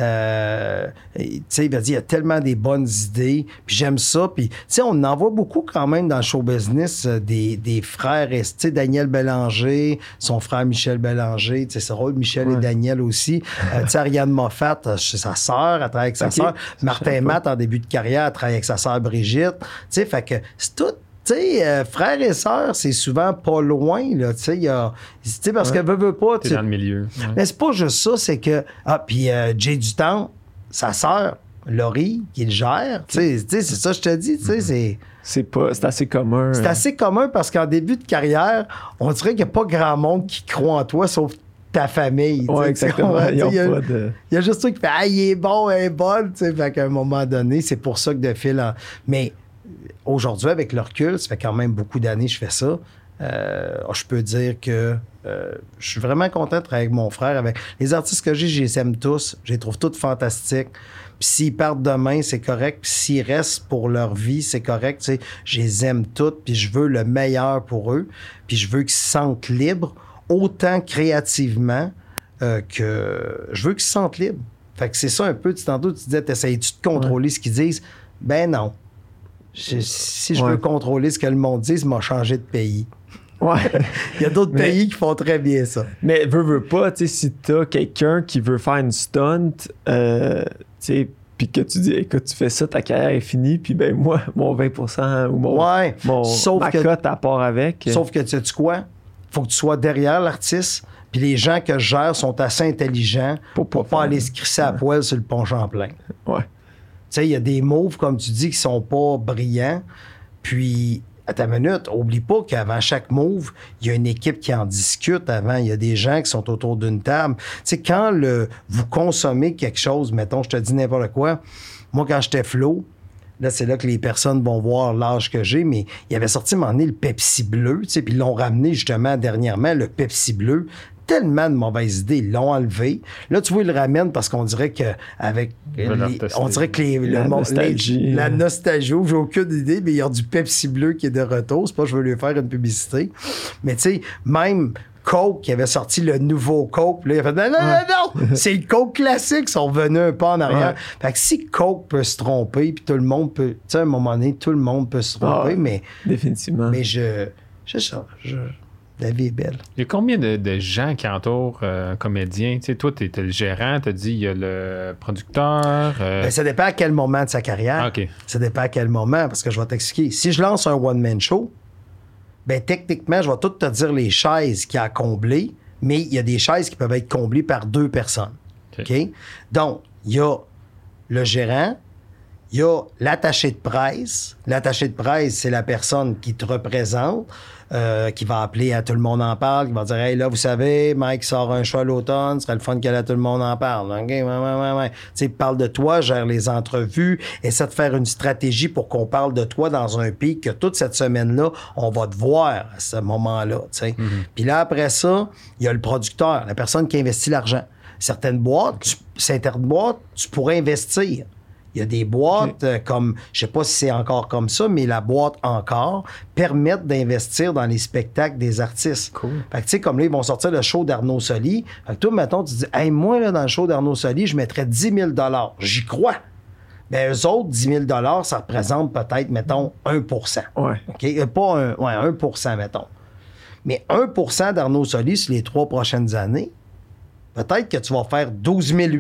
sais, il y a tellement des bonnes idées, puis j'aime ça. Puis, tu sais, on en voit beaucoup quand même dans le show business, des frères, tu sais, Daniel Bélanger, son frère Michel Bélanger, tu sais, c'est rôle Michel et Daniel aussi. Tu sais, Ariane Moffat, c'est sa sœur, elle travaille avec sa sœur. Martin Matt, en début de carrière, elle travaille avec sa sœur Brigitte. Tu sais, fait que c'est tout. Tu sais, frères et sœurs, c'est souvent pas loin, là. Tu sais, parce qu'elle veut pas. T'es dans le milieu. Mais c'est pas juste ça, c'est que. Puis Jay Dutemps, sa sœur, Laurie, qui le gère. Tu sais, c'est ça, je te dis, tu sais, c'est. C'est assez commun. C'est assez commun parce qu'en début de carrière, on dirait qu'il n'y a pas grand monde qui croit en toi sauf ta famille. Oui, exactement. Il y a juste toi qui fait « Ah, il est bon, elle est bonne. » Fait qu'à un moment donné, c'est pour ça que de fil en... Mais aujourd'hui, avec le recul, ça fait quand même beaucoup d'années que je fais ça. Je peux dire que je suis vraiment content de travailler avec mon frère. Avec les artistes que j'ai, je les aime tous. Je les trouve tous fantastiques. Puis s'ils partent demain, c'est correct. Puis s'ils restent pour leur vie, c'est correct. Tu sais, je les aime toutes. Puis je veux le meilleur pour eux. Puis je veux qu'ils se sentent libres, autant créativement que... Je veux qu'ils se sentent libres. Fait que c'est ça un peu. Tantôt, tu disais, t'essayes-tu de contrôler ce qu'ils disent? Ben non. Si je veux contrôler ce que le monde dit, ça m'a changé de pays. Ouais. Il y a d'autres pays qui font très bien ça. Mais veux pas, tu sais, si t'as quelqu'un qui veut faire une stunt, tu sais, puis que tu dis, écoute, tu fais ça, ta carrière est finie, puis ben moi, mon 20% ou ma cote à part avec. Sauf que tu sais quoi? Faut que tu sois derrière l'artiste, puis les gens que je gère sont assez intelligents pour pas aller se crisser à poil sur le pont Champlain. Ouais. Tu sais, il y a des moves, comme tu dis, qui sont pas brillants, puis... À ta minute, oublie pas qu'avant chaque move, il y a une équipe qui en discute avant. Il y a des gens qui sont autour d'une table. Tu sais, quand vous consommez quelque chose, mettons, je te dis n'importe quoi. Moi, quand j'étais flow, là, c'est là que les personnes vont voir l'âge que j'ai, mais il avait sorti, à un moment donné, le Pepsi bleu, tu sais, puis ils l'ont ramené, justement, dernièrement, le Pepsi bleu. Tellement de mauvaises idées, ils l'ont enlevé. Là, tu vois, ils le ramènent parce qu'on dirait que on dirait que la nostalgie, j'ai aucune idée, mais il y a du Pepsi bleu qui est de retour. C'est pas que je veux lui faire une publicité. Mais tu sais, même Coke qui avait sorti le nouveau Coke, là, il a fait non, c'est le Coke classique, ils sont revenus un pas en arrière. Ouais. Fait que si Coke peut se tromper, puis tout le monde peut, tu sais, à un moment donné, tout le monde peut se tromper, mais. Définitivement. Mais la vie est belle. Il y a combien de gens qui entourent un comédien? Tu sais, toi, tu es le gérant, tu as dit il y a le producteur. Ben, ça dépend à quel moment de sa carrière. Okay. Ça dépend à quel moment, parce que je vais t'expliquer. Si je lance un one-man show, ben techniquement, je vais tout te dire les chaises qu'il y a à combler, mais il y a des chaises qui peuvent être comblées par 2 personnes. OK? Donc, il y a le gérant, il y a l'attaché de presse. L'attaché de presse, c'est la personne qui te représente, qui va appeler à Tout le monde en parle, qui va dire « Hey, là, vous savez, Mike sort un show à l'automne, ce serait le fun que Tout le monde en parle. » OK, ouais. Tu sais, parle de toi, gère les entrevues, essaie de faire une stratégie pour qu'on parle de toi dans un pic, que toute cette semaine-là, on va te voir à ce moment-là, tu sais. Puis là, après ça, il y a le producteur, la personne qui investit l'argent. Certaines boîtes, certaines boîtes, tu pourrais investir. Il y a des boîtes comme, je sais pas si c'est encore comme ça, mais la boîte encore permettent d'investir dans les spectacles des artistes. Cool. Fait que tu sais, comme là, ils vont sortir le show d'Arnaud Soli. Fait que toi, mettons, tu dis, hey, moi, là, dans le show d'Arnaud Soli, je mettrais 10 000 $. J'y crois. Mais eux autres, 10 000 $, ça représente peut-être, mettons, 1 %. Ouais. OK? Pas 1 %, mettons. Mais 1 % d'Arnaud Soli sur les 3 prochaines années, peut-être que tu vas faire 12 008.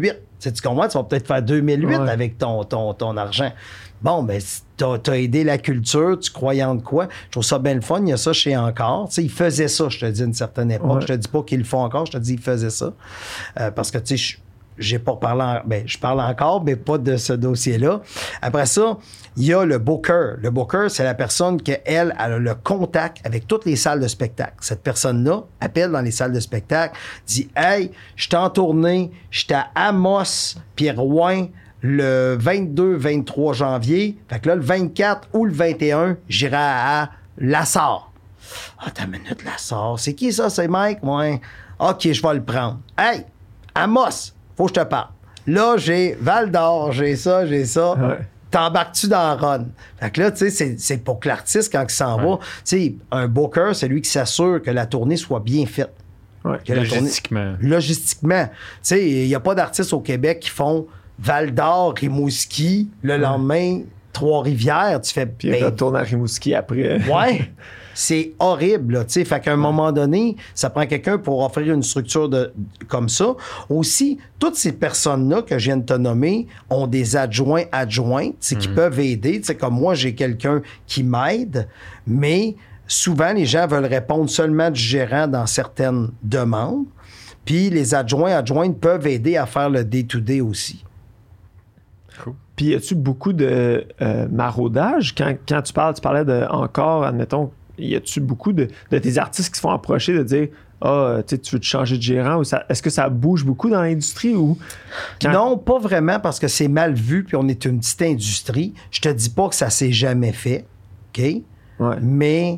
Tu comprends? Tu vas peut-être faire 2008 Ouais. avec ton argent. Bon, ben, t'as aidé la culture, tu croyais en quoi? Je trouve ça bien le fun. Il y a ça chez Encore. Tu sais, ils faisaient ça, je te dis, à une certaine époque. Ouais. Je te dis pas qu'ils le font encore, je te dis qu'ils faisaient ça. Parce que, tu sais, j'ai pas parlé... je parle encore, mais pas de ce dossier-là. Après ça, il y a le booker. Le booker, c'est la personne qui, elle a le contact avec toutes les salles de spectacle. Cette personne-là appelle dans les salles de spectacle, dit « Hey, je suis en tournée, j'étais à Amos, Pierre-Rouen, le 22-23 janvier. Fait que là, le 24 ou le 21, j'irai à Lassar. Ah, t'as une minute, Lassar. C'est qui ça? C'est Mike? Ouais. OK, je vais le prendre. Hey, Amos, faut que je te parle. Là, j'ai Val d'Or, j'ai ça. Ouais. T'embarques-tu dans Run? Fait que là, tu sais, c'est pour que l'artiste, quand il s'en va, tu sais, un booker, c'est lui qui s'assure que la tournée soit bien faite. Ouais. Que la tournée- Logistiquement. Tu sais, il n'y a pas d'artistes au Québec qui font Val d'Or, Rimouski, le lendemain, Trois-Rivières. Tu fais. Puis il retourne à Rimouski après. Ouais. C'est horrible, là, tu sais. Fait qu'à un moment donné, ça prend quelqu'un pour offrir une structure comme ça. Aussi, toutes ces personnes-là que je viens de te nommer ont des adjointes, qui peuvent aider. Tu sais, comme moi, j'ai quelqu'un qui m'aide, mais souvent, les gens veulent répondre seulement du gérant dans certaines demandes. Puis les adjointes peuvent aider à faire le day-to-day aussi. Cool. Puis y a-tu beaucoup de maraudage? Quand tu parlais de encore, admettons, y a-tu beaucoup de tes artistes qui se font approcher de dire tu veux te changer de gérant? Ou est-ce que ça bouge beaucoup dans l'industrie? Ou Non, pas vraiment parce que c'est mal vu puis on est une petite industrie. Je te dis pas que ça s'est jamais fait, OK? Ouais. Mais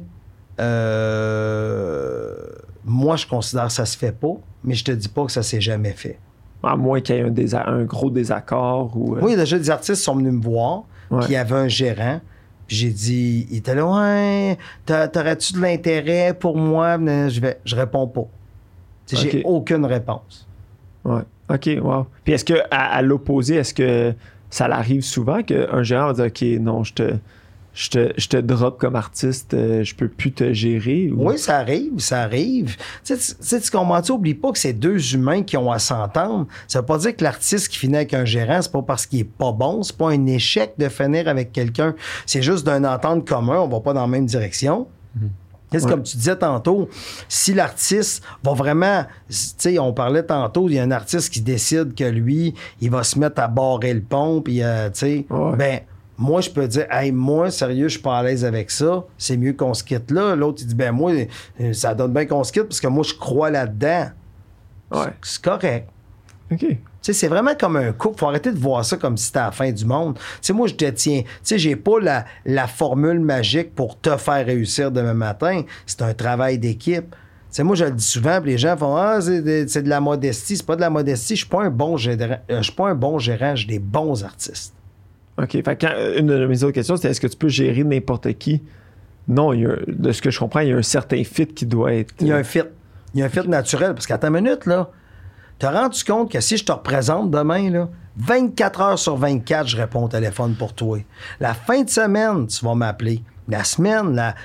moi, je considère que ça se fait pas, mais je te dis pas que ça s'est jamais fait. À moins qu'il y ait un gros désaccord ou... Oui, déjà, des artistes sont venus me voir, Ouais. puis il y avait un gérant, puis j'ai dit, il était là, ouais, t'aurais-tu de l'intérêt pour moi? Je réponds pas. Tu sais, Ok. j'ai aucune réponse. Ouais. OK, wow. Puis est-ce que, à l'opposé, est-ce que ça l'arrive souvent qu'un gérant va dire OK, non, je te drop comme artiste, je peux plus te gérer? Ou... Oui, ça arrive. Tu sais, tu comprends-tu? Oublie pas que c'est deux humains qui ont à s'entendre. Ça veut pas dire que l'artiste qui finit avec un gérant, c'est pas parce qu'il est pas bon, c'est pas un échec de finir avec quelqu'un. C'est juste d'une entente commun, on va pas dans la même direction. C'est Ouais. comme tu disais tantôt, si l'artiste va vraiment... Tu sais, on parlait tantôt, il y a un artiste qui décide que lui, il va se mettre à barrer le pont, puis, tu sais, Ouais. ben... Moi, je peux dire, hey, moi, sérieux, je suis pas à l'aise avec ça. C'est mieux qu'on se quitte là. L'autre, il dit, ben, moi, ça donne bien qu'on se quitte parce que moi, je crois là-dedans. Ouais. C'est correct. OK. Tu sais, c'est vraiment comme un couple. Faut arrêter de voir ça comme si c'était la fin du monde. Tu sais, moi, je détiens. Tu sais, j'ai pas la formule magique pour te faire réussir demain matin. C'est un travail d'équipe. Tu sais, moi, je le dis souvent, puis les gens font c'est de la modestie. C'est pas de la modestie. Je suis pas un bon gérant. J'ai des bons artistes. OK. Fait une de mes autres questions, c'était est-ce que tu peux gérer n'importe qui? Non, de ce que je comprends, il y a un certain fit qui doit être... Il y a un fit. Il y a un fit naturel. Parce qu'à ta minute, là, t'as rendu compte que si je te représente demain, là, 24 heures sur 24, je réponds au téléphone pour toi. La fin de semaine, tu vas m'appeler. La semaine, là,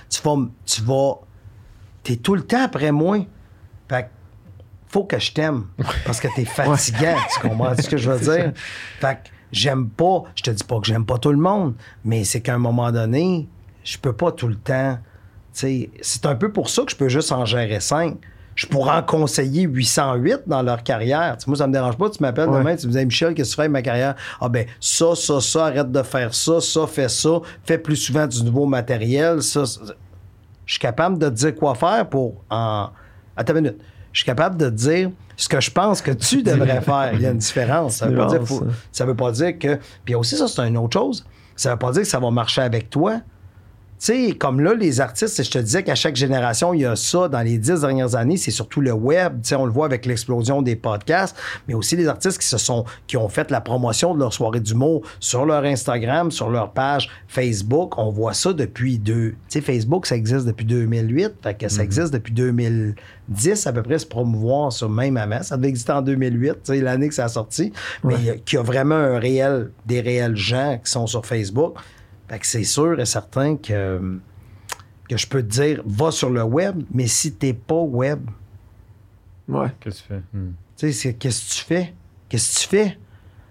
t'es tout le temps après moi. Fait que faut que je t'aime. Parce que t'es fatigant. Tu comprends ce que je veux dire? Fait que j'aime pas, je te dis pas que j'aime pas tout le monde, mais c'est qu'à un moment donné, je peux pas tout le temps. Tu sais, c'est un peu pour ça que je peux juste en gérer 5. Je pourrais en conseiller 808 dans leur carrière. Tu sais, moi, ça me dérange pas. Tu m'appelles demain, tu me dis, Michel, qu'est-ce que tu fais avec ma carrière? Ah ben, ça, arrête de faire ça, fais plus souvent du nouveau matériel, ça. Je suis capable de te dire quoi faire pour en... Attends une minute. Je suis capable de te dire ce que je pense que tu devrais faire. Il y a une différence. Ça veut pas dire que... Puis aussi, ça, c'est une autre chose. Ça veut pas dire que ça va marcher avec toi. Tu sais, comme là, les artistes, je te disais qu'à chaque génération, il y a ça. Dans les 10 dernières années, c'est surtout le web. Tu sais, on le voit avec l'explosion des podcasts, mais aussi les artistes qui ont fait la promotion de leur soirée d'humour sur leur Instagram, sur leur page Facebook. On voit ça depuis Tu sais, Facebook, ça existe depuis 2008. Fait que ça existe depuis 2010 à peu près, se promouvoir sur même avant. Ça devait exister en 2008, tu sais, l'année que ça a sorti. Mais qu'il y a vraiment des réels gens qui sont sur Facebook. Fait que c'est sûr et certain que je peux te dire, va sur le web, mais si t'es pas web, Ouais. Qu'est-ce que tu fais? tu sais, qu'est-ce que tu fais? Qu'est-ce que tu fais?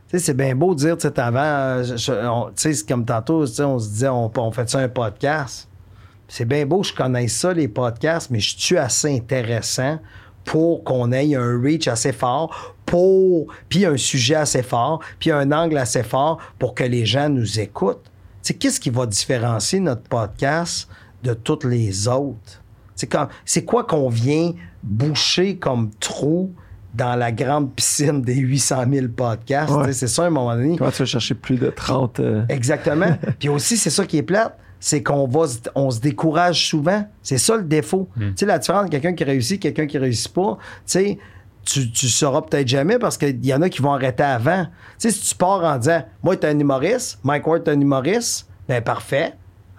sais, c'est bien beau de dire, tu sais, avant, tu sais, c'est comme tantôt, tu sais, on se disait, on fait ça un podcast. C'est bien beau, je connais ça, les podcasts, mais je suis assez intéressant pour qu'on ait un reach assez fort, puis un sujet assez fort, puis un angle assez fort pour que les gens nous écoutent. Tu sais, qu'est-ce qui va différencier notre podcast de toutes les autres? C'est quoi qu'on vient boucher comme trou dans la grande piscine des 800 000 podcasts? Ouais. C'est ça, à un moment donné. Comment tu vas chercher plus de 30... Exactement. Puis aussi, c'est ça qui est plate, c'est qu'on se décourage souvent. C'est ça le défaut. Tu sais, la différence entre quelqu'un qui réussit et quelqu'un qui réussit pas, tu sais, tu sauras peut-être jamais parce qu'il y en a qui vont arrêter avant. Tu sais, si tu pars en disant, moi, t'es un humoriste, Mike Ward, t'es un humoriste, ben parfait.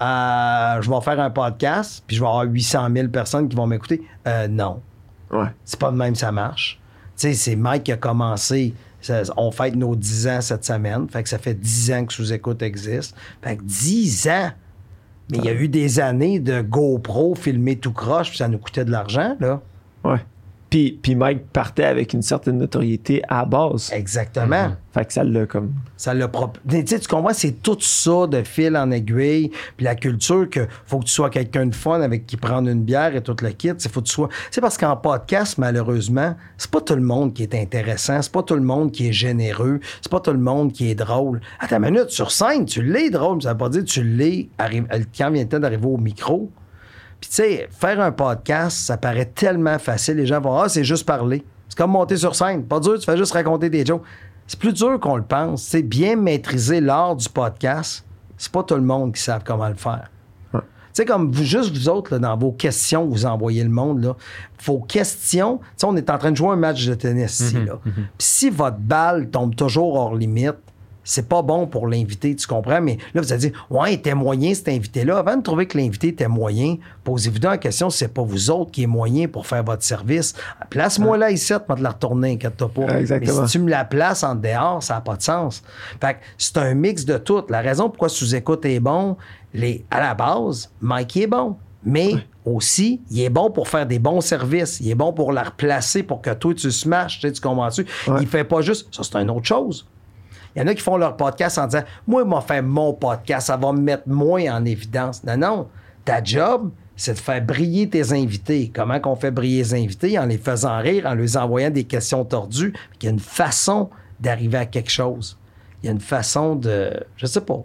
Je vais faire un podcast, puis je vais avoir 800 000 personnes qui vont m'écouter. Non. Ouais. C'est pas de même ça marche. Tu sais, c'est Mike qui a commencé. On fête nos 10 ans cette semaine. Fait que ça fait 10 ans que Sous-Écoute existe. Fait que 10 ans! Mais il y a eu des années de GoPro filmé tout croche, puis ça nous coûtait de l'argent, là. Ouais. Puis Mike partait avec une certaine notoriété à base. Exactement. Fait que ça l'a comme... Ça l'a tu sais, tu comprends, c'est tout ça de fil en aiguille, puis la culture que faut que tu sois quelqu'un de fun avec qui prend une bière et tout le kit. Faut que tu sois... C'est parce qu'en podcast, malheureusement, c'est pas tout le monde qui est intéressant, c'est pas tout le monde qui est généreux, c'est pas tout le monde qui est drôle. Attends une minute, sur scène, tu l'es drôle, ça veut pas dire que tu l'es quand vient le temps d'arriver au micro. Puis, tu sais, faire un podcast, ça paraît tellement facile. Les gens vont, c'est juste parler. C'est comme monter sur scène. Pas dur, tu fais juste raconter des jokes. C'est plus dur qu'on le pense. C'est bien maîtriser l'art du podcast. C'est pas tout le monde qui savent comment le faire. Ouais. Tu sais, comme juste vous autres, là, dans vos questions que vous envoyez le monde, là, vos questions, tu sais, on est en train de jouer un match de tennis ici, là. Puis si votre balle tombe toujours hors limite, c'est pas bon pour l'invité, tu comprends? Mais là, vous allez dire, ouais, il était moyen cet invité-là. Avant de trouver que l'invité était moyen, posez-vous donc la question si c'est pas vous autres qui est moyen pour faire votre service. Place-moi là ici, moi te la retourner, inquiète-toi pas. Exactement. Mais si tu me la places en dehors, ça n'a pas de sens. Fait que c'est un mix de tout. La raison pourquoi Sous-Écoute est bon, à la base, Mike est bon. Mais aussi, il est bon pour faire des bons services. Il est bon pour la replacer pour que toi, tu smashes, tu comprends-tu? Ouais. Il fait pas juste... Ça, c'est une autre chose. Il y en a qui font leur podcast en disant « Moi, il m'a fait mon podcast, ça va me mettre moins en évidence. » Non. Ta job, c'est de faire briller tes invités. Comment qu'on fait briller les invités? En les faisant rire, en leur envoyant des questions tordues. Il y a une façon d'arriver à quelque chose. Il y a une façon de, je sais pas,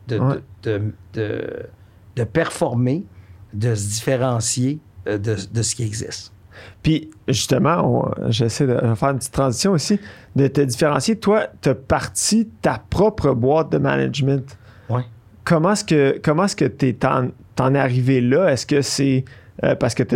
de performer, de se différencier de ce qui existe. Puis, justement, j'essaie de faire une petite transition aussi, de te différencier. Toi, tu as parti ta propre boîte de management. Oui. Comment est-ce que t'en es arrivé là? Est-ce que c'est parce que tu as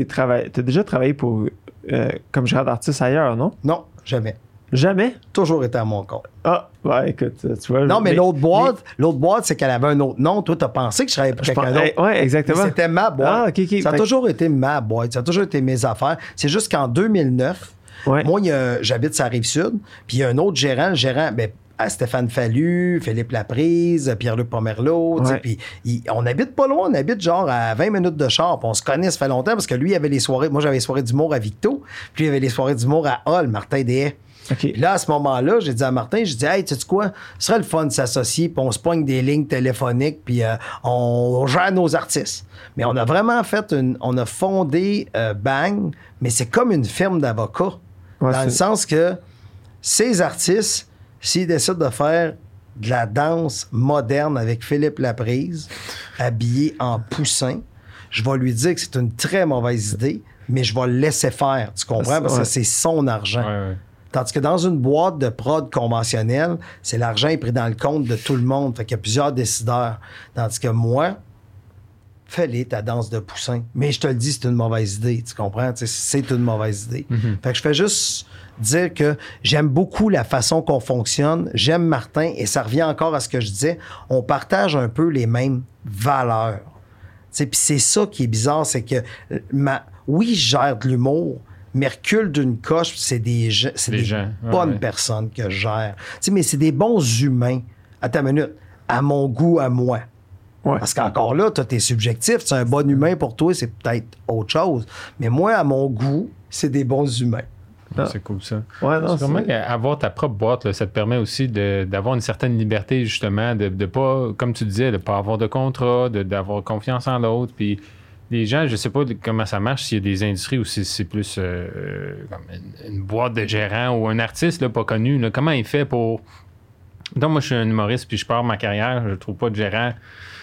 déjà travaillé pour comme gérant d'artiste ailleurs, non? Non, jamais. Jamais? Toujours été à mon compte. Ah, ouais, écoute, tu vois. Non, mais l'autre boîte, c'est qu'elle avait un autre nom. Toi, t'as pensé que je travaillais pour quelqu'un d'autre. Oui, exactement. Mais c'était ma boîte. Ah, OK. Ça a toujours été ma boîte. Ça a toujours été mes affaires. C'est juste qu'en 2009, moi, j'habite sur la Rive-Sud, puis il y a un autre gérant, Stéphane Fallu, Philippe Laprise, Pierre-Luc Pomerleau, puis on habite pas loin, on habite genre à 20 minutes de char, puis on se connaît, ça fait longtemps, parce que lui, il avait les soirées, moi j'avais les soirées d'humour à Victo, puis il avait les soirées d'humour à Hall, Martin Deshaies. Okay. Puis là, à ce moment-là, j'ai dit à Martin, hey, sais-tu quoi, ce serait le fun de s'associer, puis on se pogne des lignes téléphoniques, puis on gère nos artistes. Mais on a vraiment on a fondé Bang, mais c'est comme une firme d'avocats, dans le sens que ces artistes, s'ils décident de faire de la danse moderne avec Philippe Laprise, habillé en poussin, je vais lui dire que c'est une très mauvaise idée, mais je vais le laisser faire, tu comprends? Parce que c'est son argent. Ouais. Tandis que dans une boîte de prod conventionnelle, c'est l'argent est pris dans le compte de tout le monde. Fait qu'il y a plusieurs décideurs. Tandis que moi, fais-les ta danse de poussin. Mais je te le dis, c'est une mauvaise idée, tu comprends? C'est une mauvaise idée. Fait que je fais juste dire que j'aime beaucoup la façon qu'on fonctionne. J'aime Martin et ça revient encore à ce que je disais. On partage un peu les mêmes valeurs. Puis c'est ça qui est bizarre, c'est que oui, je gère de l'humour, mais recule d'une coche, c'est des bonnes personnes que je gère. Mais c'est des bons humains. Attends une minute. À mon goût, à moi. Ouais. Parce qu'encore là, toi, t'es subjectif. C'est un bon humain pour toi, c'est peut-être autre chose. Mais moi, à mon goût, c'est des bons humains. Ah. C'est cool ça. Ouais, non, c'est vraiment avoir ta propre boîte, là, ça te permet aussi d'avoir une certaine liberté, justement, de pas, comme tu disais, de pas avoir de contrat, d'avoir confiance en l'autre. Puis les gens, je sais pas comment ça marche, s'il y a des industries où c'est plus comme une boîte de gérant ou un artiste là, pas connu. Là, comment il fait pour. Donc, moi, je suis un humoriste, puis je pars ma carrière, je trouve pas de gérant.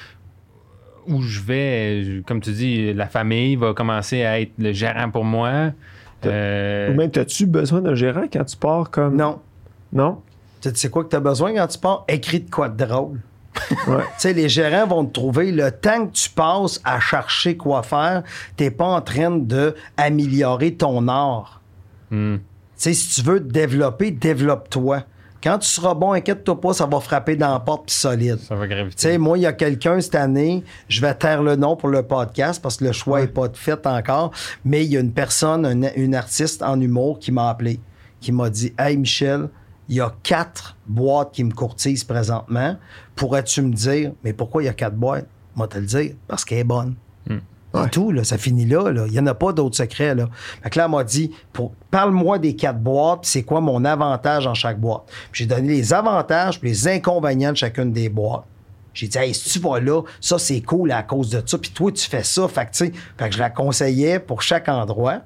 Où je vais, comme tu dis, la famille va commencer à être le gérant pour moi. Ou même, as-tu besoin d'un gérant quand tu pars comme... Non. Non? Tu sais quoi que tu as besoin quand tu pars? Écris de quoi de drôle. Ouais. Tu sais, les gérants vont te trouver. Le temps que tu passes à chercher quoi faire, t'es pas en train d'améliorer ton art. Tu sais, si tu veux te développer, développe-toi. Quand tu seras bon, inquiète-toi pas, ça va frapper dans la porte puis solide. Ça va graviter. Tu sais, moi, il y a quelqu'un cette année, je vais taire le nom pour le podcast parce que le choix n'est pas fait encore, mais il y a une personne, une artiste en humour qui m'a appelé, qui m'a dit « Hey Michel, il y a 4 boîtes qui me courtisent présentement. Pourrais-tu me dire, mais pourquoi il y a 4 boîtes? » Moi, te le dire, parce qu'elle est bonne. C'est tout, là, ça finit là. Il n'y en a pas d'autres secrets. Là. Fait que là, elle m'a dit, parle-moi des 4 boîtes, puis c'est quoi mon avantage en chaque boîte. Puis j'ai donné les avantages puis les inconvénients de chacune des boîtes. J'ai dit, hey, si tu vas là, ça, c'est cool à cause de ça. Puis toi, tu fais ça. Fait que je la conseillais pour chaque endroit.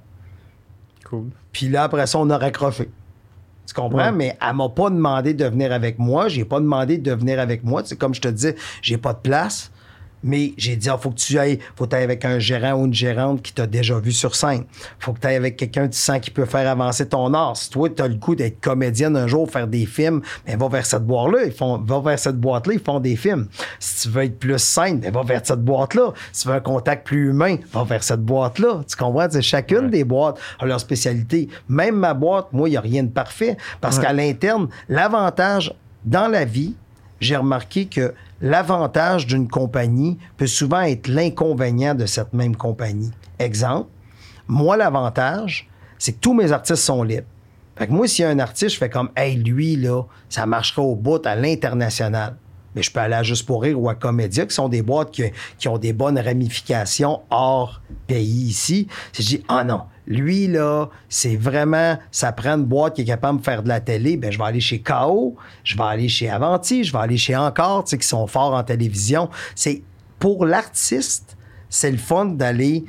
Cool. Puis là, après ça, on a raccroché. Tu comprends? Ouais. Mais elle m'a pas demandé de venir avec moi. J'ai pas demandé de venir avec moi. C'est comme je te disais, j'ai pas de place. Mais j'ai dit, faut que tu ailles avec un gérant ou une gérante qui t'a déjà vu sur scène. Faut que tu ailles avec quelqu'un que tu sens qui peut faire avancer ton art. Si toi, tu as le goût d'être comédienne un jour, faire des films, ben va vers cette boîte-là. Va vers cette boîte-là, ils font des films. Si tu veux être plus scène, ben va vers cette boîte-là. Si tu veux un contact plus humain, va vers cette boîte-là. Tu comprends? Chacune des boîtes a leur spécialité. Même ma boîte, moi, il n'y a rien de parfait. Parce qu'à l'interne, l'avantage dans la vie, j'ai remarqué que l'avantage d'une compagnie peut souvent être l'inconvénient de cette même compagnie. Exemple, moi, l'avantage, c'est que tous mes artistes sont libres. Fait que moi, s'il y a un artiste, je fais comme, hey, lui, là, ça marchera au bout à l'international. Mais je peux aller à Juste pour rire ou à Comédia, qui sont des boîtes qui ont des bonnes ramifications hors pays ici. Je dis, ah non, lui, là, c'est vraiment, ça prend une boîte qui est capable de faire de la télé. Ben, je vais aller chez KO, je vais aller chez Avanti, je vais aller chez Encore, tu sais, qui sont forts en télévision. C'est, pour l'artiste, c'est le fun d'aller,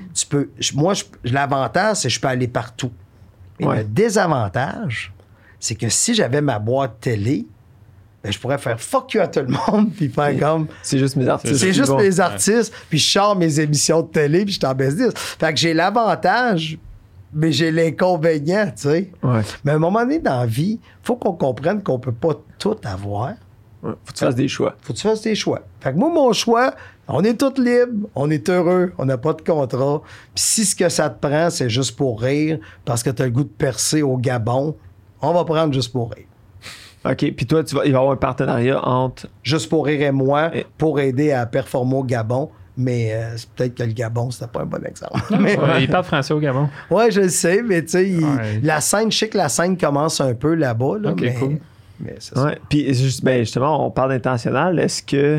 l'avantage, c'est que je peux aller partout. Mais le désavantage, c'est que si j'avais ma boîte télé, ben, je pourrais faire fuck you à tout le monde puis faire comme... C'est juste mes artistes. C'est juste mes artistes, puis je sors mes émissions de télé puis je suis en business. Fait que j'ai l'avantage, mais j'ai l'inconvénient, tu sais. Ouais. Mais à un moment donné dans la vie, faut qu'on comprenne qu'on peut pas tout avoir. Ouais. Faut que tu fasses des choix. Faut que tu fasses des choix. Fait que moi, mon choix, on est tous libres, on est heureux, on n'a pas de contrat. Puis si ce que ça te prend, c'est Juste pour rire, parce que tu as le goût de percer au Gabon, on va prendre Juste pour rire. OK. Puis toi, il va y avoir un partenariat entre... Juste pour rire et moi, pour aider à performer au Gabon. Mais c'est peut-être que le Gabon, c'était pas un bon exemple. Mais, il parle français au Gabon. ouais, je le sais, mais tu sais, la scène, je sais que la scène commence un peu là-bas. Là, OK, mais, cool. Mais c'est ça. Ouais. Puis justement, on parle d'international. Est-ce que...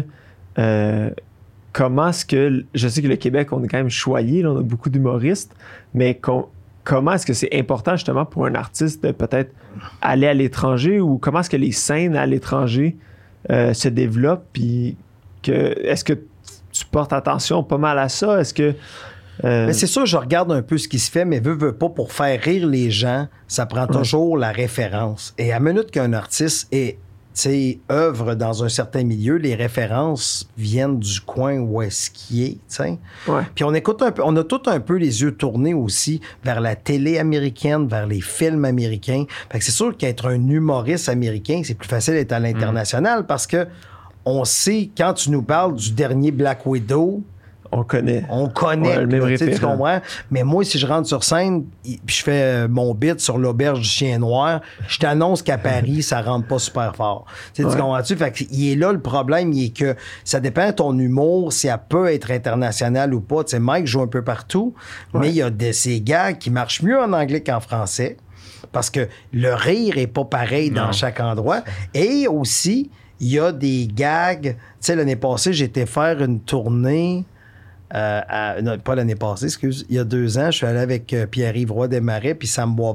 comment est-ce que... Je sais que le Québec, on est quand même choyé, là, on a beaucoup d'humoristes, mais comment est-ce que c'est important justement pour un artiste de peut-être aller à l'étranger, ou comment est-ce que les scènes à l'étranger se développent, puis est-ce que tu portes attention pas mal à ça? Est-ce que... Mais c'est sûr, je regarde un peu ce qui se fait, mais veux pas, pour faire rire les gens, ça prend toujours la référence. Et à minute qu'un artiste œuvre dans un certain milieu, les références viennent du coin où est-ce qu'il est, t'sais. Ouais. Puis on écoute un peu, on a tout un peu les yeux tournés aussi vers la télé américaine, vers les films américains. Fait que c'est sûr qu'être un humoriste américain, c'est plus facile d'être à l'international parce que on sait, quand tu nous parles du dernier Black Widow, on connaît. Ouais, le même là, tu référent. comprends? Mais moi, si je rentre sur scène puis je fais mon bit sur l'auberge du chien noir, je t'annonce qu'à Paris, ça rentre pas super fort. Tu comprends-tu? Fait qu'il est là le problème, il est que ça dépend de ton humour, si elle peut être internationale ou pas. Tu sais, Mike joue un peu partout, mais il y a ces gags qui marchent mieux en anglais qu'en français parce que le rire est pas pareil dans chaque endroit. Et aussi, il y a des gags. Tu sais, l'année passée, j'ai été faire une tournée... non, pas l'année passée, excuse. Il y a 2 ans, je suis allé avec Pierre-Yves Roy Desmarais puis Sam Boisvert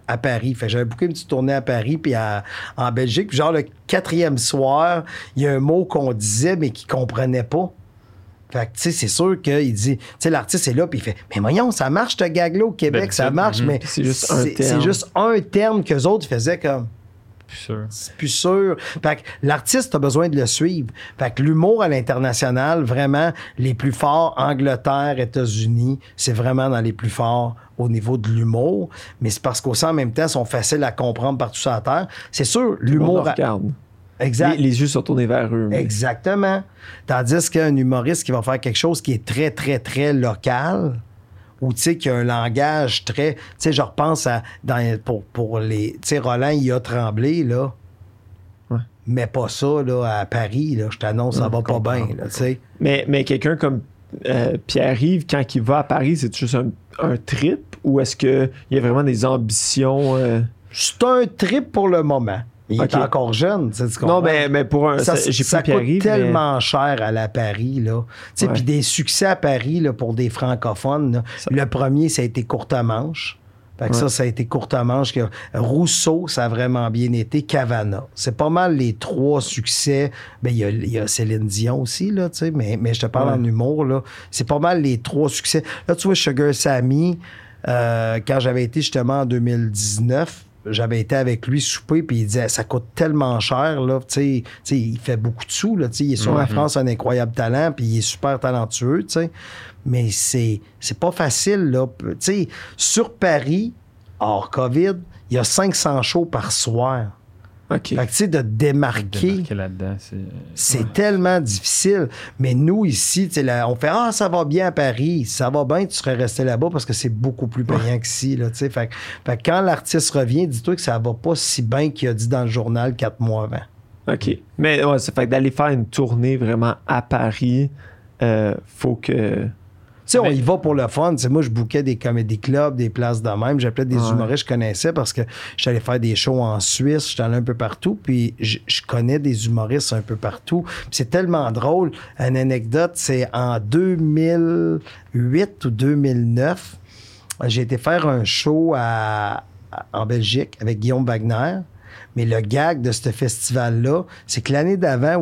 à Paris. Fait que j'avais booké une petite tournée à Paris puis en Belgique. Puis genre, le 4e soir, il y a un mot qu'on disait, mais qu'il comprenait pas. Fait que, tu sais, c'est sûr qu'il dit... Tu sais, l'artiste est là, puis il fait... Mais voyons, ça marche, ce gag-là, au Québec, ça marche, mais c'est juste un terme. C'est juste un terme qu'eux autres faisaient comme... Plus sûr. C'est plus sûr. Fait que l'artiste a besoin de le suivre. Fait que l'humour à l'international, vraiment, les plus forts, Angleterre, États-Unis, c'est vraiment dans les plus forts au niveau de l'humour. Mais c'est parce qu'aussi, en même temps, ils sont faciles à comprendre partout sur la Terre. C'est sûr, l'humour... regarde. Exact. Les yeux sont tournés vers eux. Mais... Exactement. Tandis qu'un humoriste qui va faire quelque chose qui est très, très, très local... ou tu sais, qu'il y a un langage très... Tu sais, je repense à... pour les... Tu sais, Roland, il a tremblé, là. Ouais. Mais pas ça, là, à Paris, là. Je t'annonce, ça va pas bien, là, tu sais. Mais quelqu'un comme Pierre-Yves, quand il va à Paris, c'est juste un trip? Ou est-ce qu'il y a vraiment des ambitions... C'est un trip pour le moment. Il est encore jeune, tu sais, tu comprends? Non, mais pour un... Ça coûte tellement cher à la Paris, là. Tu sais, puis des succès à Paris, là, pour des francophones, là. Le premier, ça a été Courtemanche. Fait que ça a été Courtemanche. Rousseau, ça a vraiment bien été. Cavana. C'est pas mal les 3 succès. Ben, il y a Céline Dion aussi, là, tu sais, mais je te parle en humour, là. C'est pas mal les 3 succès. Là, tu vois, Sugar Sammy, quand j'avais été justement en 2019, j'avais été avec lui souper, puis il disait, ça coûte tellement cher, là, tu sais, il fait beaucoup de sous, là, tu sais, il est sur la France, un incroyable talent, puis il est super talentueux, tu sais, mais c'est pas facile, là, tu sais, sur Paris, hors COVID, il y a 500 shows par soir. OK. Fait que, tu sais, de démarquer là-dedans, c'est tellement difficile. Mais nous, ici, tu sais, on fait « Ah, ça va bien à Paris. Ça va bien, tu serais resté là-bas parce que c'est beaucoup plus payant qu'ici. » Fait que quand l'artiste revient, dis-toi que ça va pas si bien qu'il a dit dans le journal 4 mois avant. OK. Mais ouais, ça fait que d'aller faire une tournée vraiment à Paris, faut que... Tu sais, on y va pour le fun. T'sais, moi, je bookais des comédie clubs, des places de même. J'appelais des humoristes que je connaissais parce que j'allais faire des shows en Suisse. J'étais allé un peu partout. Puis je connais des humoristes un peu partout. Puis c'est tellement drôle. Une anecdote, c'est en 2008 ou 2009, j'ai été faire un show en Belgique avec Guillaume Wagner. Mais le gag de ce festival-là, c'est que l'année d'avant,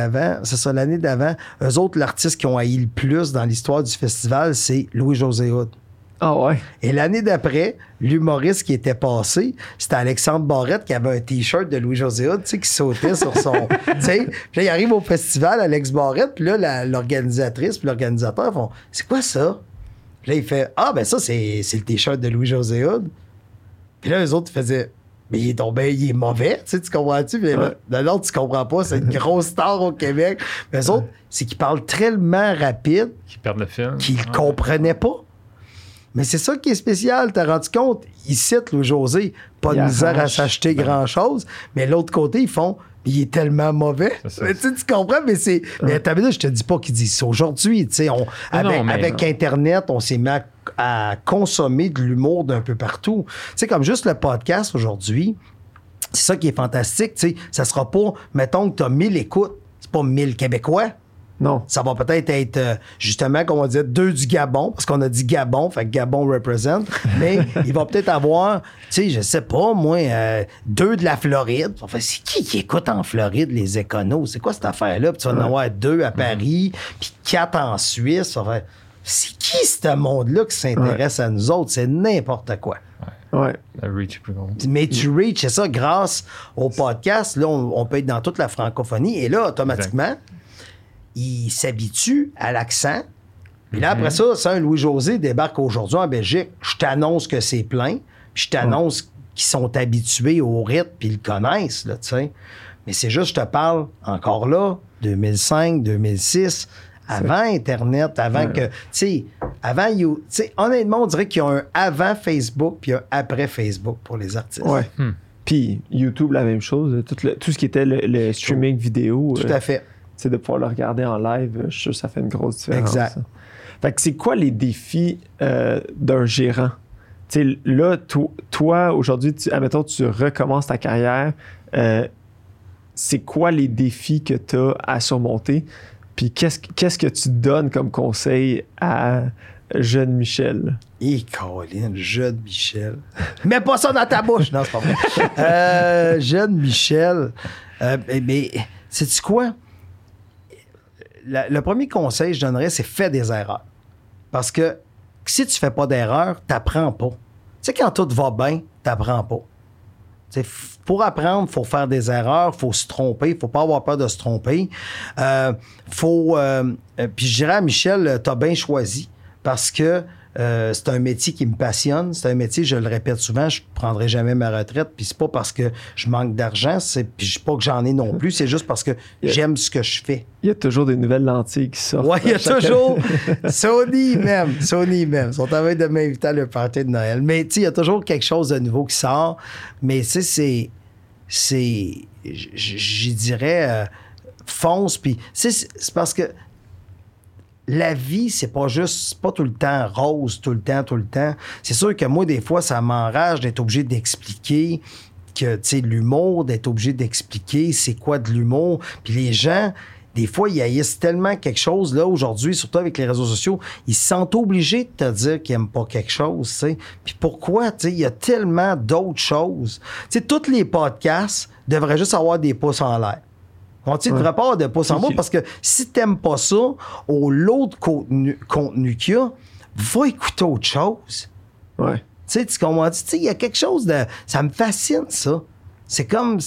eux autres, l'artiste qui ont haï le plus dans l'histoire du festival, c'est Louis-José Hood. Ah ouais? Et l'année d'après, l'humoriste qui était passé, c'était Alexandre Barrette qui avait un T-shirt de Louis-José Hood, tu sais, qui sautait sur son... Tu sais, puis là, il arrive au festival, Alex Barrette, puis là, l'organisatrice puis l'organisateur font « C'est quoi ça? » Puis là, il fait « Ah, ben ça, c'est le T-shirt de Louis-José Hood. » Puis là, eux autres faisaient... Mais il est mauvais, tu comprends-tu? Mais de l'autre, tu comprends pas, c'est une grosse star au Québec. Mais eux autres, c'est qu'ils parlent tellement rapide qu'ils perdent le fil. Qu'ils ne comprenaient pas. Mais c'est ça qui est spécial, t'as rendu compte? Ils citent Louis-José, pas de misère à s'acheter grand-chose, mais l'autre côté, ils font... Il est tellement mauvais. Mais tu comprends, mais c'est... Mais t'as vu, je te dis pas qu'ils disent ça aujourd'hui. Tu sais, avec Internet, on s'est mis à consommer de l'humour d'un peu partout. Tu sais, comme juste le podcast aujourd'hui, c'est ça qui est fantastique. Tu sais, ça sera pas, mettons que t'as 1000 écoutes, c'est pas 1000 Québécois. Non. Ça va peut-être être, justement, comme on dit, 2 du Gabon, parce qu'on a dit Gabon, fait que Gabon represent, mais il va peut-être avoir, tu sais, je sais pas, moi, 2 de la Floride. Enfin, c'est qui écoute en Floride les éconos? C'est quoi cette affaire-là? Puis tu vas en avoir 2 à Paris, puis 4 en Suisse. Enfin, c'est qui ce monde-là qui s'intéresse à nous autres? C'est n'importe quoi. Ouais. Le reach est plus gros. Mais tu reach, c'est ça, grâce au podcast, là, on peut être dans toute la francophonie, et là, automatiquement, il s'habitue à l'accent. Puis là, après ça, si un Louis-José débarque aujourd'hui en Belgique, je t'annonce que c'est plein, puis je t'annonce qu'ils sont habitués au rythme, puis ils le connaissent, là, tu sais. Mais c'est juste, je te parle, encore là, 2005, 2006, avant Internet, avant que... Tu sais, avant... Tu sais, honnêtement, on dirait qu'il y a un avant Facebook puis un après Facebook pour les artistes. Ouais. Puis YouTube, la même chose. Tout ce qui était le streaming vidéo. Tout à fait. C'est de pouvoir le regarder en live, je suis sûr que ça fait une grosse différence. Exact. Ça. Fait que c'est quoi les défis d'un gérant? Tu sais, là, toi, aujourd'hui, admettons, tu recommences ta carrière. C'est quoi les défis que tu as à surmonter? Puis qu'est-ce que tu donnes comme conseil à Jeune Michel. Colin, Jeune Michel. Mets pas ça dans ta bouche! Non, c'est pas vrai. Jeune Michel. Mais, sais-tu quoi? Le premier conseil que je donnerais, c'est fais des erreurs. Parce que si tu fais pas d'erreurs, t'apprends pas. Tu sais, quand tout va bien, t'apprends pas. T'sais, pour apprendre, il faut faire des erreurs, il faut se tromper, il ne faut pas avoir peur de se tromper. Puis je dirais à Michel, tu as bien choisi parce que c'est un métier qui me passionne. C'est un métier, je le répète souvent, je ne prendrai jamais ma retraite. Puis c'est pas parce que je manque d'argent, puis je pas que j'en ai non plus, c'est juste parce que j'aime ce que je fais. Il y a toujours des nouvelles lentilles qui sortent. Oui, il y a toujours. Sony même. Ils sont en train de m'inviter à leur party de Noël. Mais tu sais, il y a toujours quelque chose de nouveau qui sort. Mais tu sais, j'y dirais, fonce. Puis c'est parce que la vie, c'est pas tout le temps rose, tout le temps. C'est sûr que moi, des fois, ça m'enrage d'être obligé d'expliquer que, tu sais, l'humour, d'être obligé d'expliquer c'est quoi de l'humour. Puis les gens, des fois, ils haïssent tellement quelque chose, là, aujourd'hui, surtout avec les réseaux sociaux, ils se sentent obligés de te dire qu'ils n'aiment pas quelque chose, tu sais. Puis pourquoi, tu sais, il y a tellement d'autres choses. Tu sais, tous les podcasts devraient juste avoir des pouces en l'air. On ne devrait pas avoir de pouces en bas parce que si tu n'aimes pas ça, au lot de contenu qu'il y a, va écouter autre chose. Ouais. Tu sais, tu comprends? Tu sais, il y a quelque chose de... Ça me fascine, ça. C'est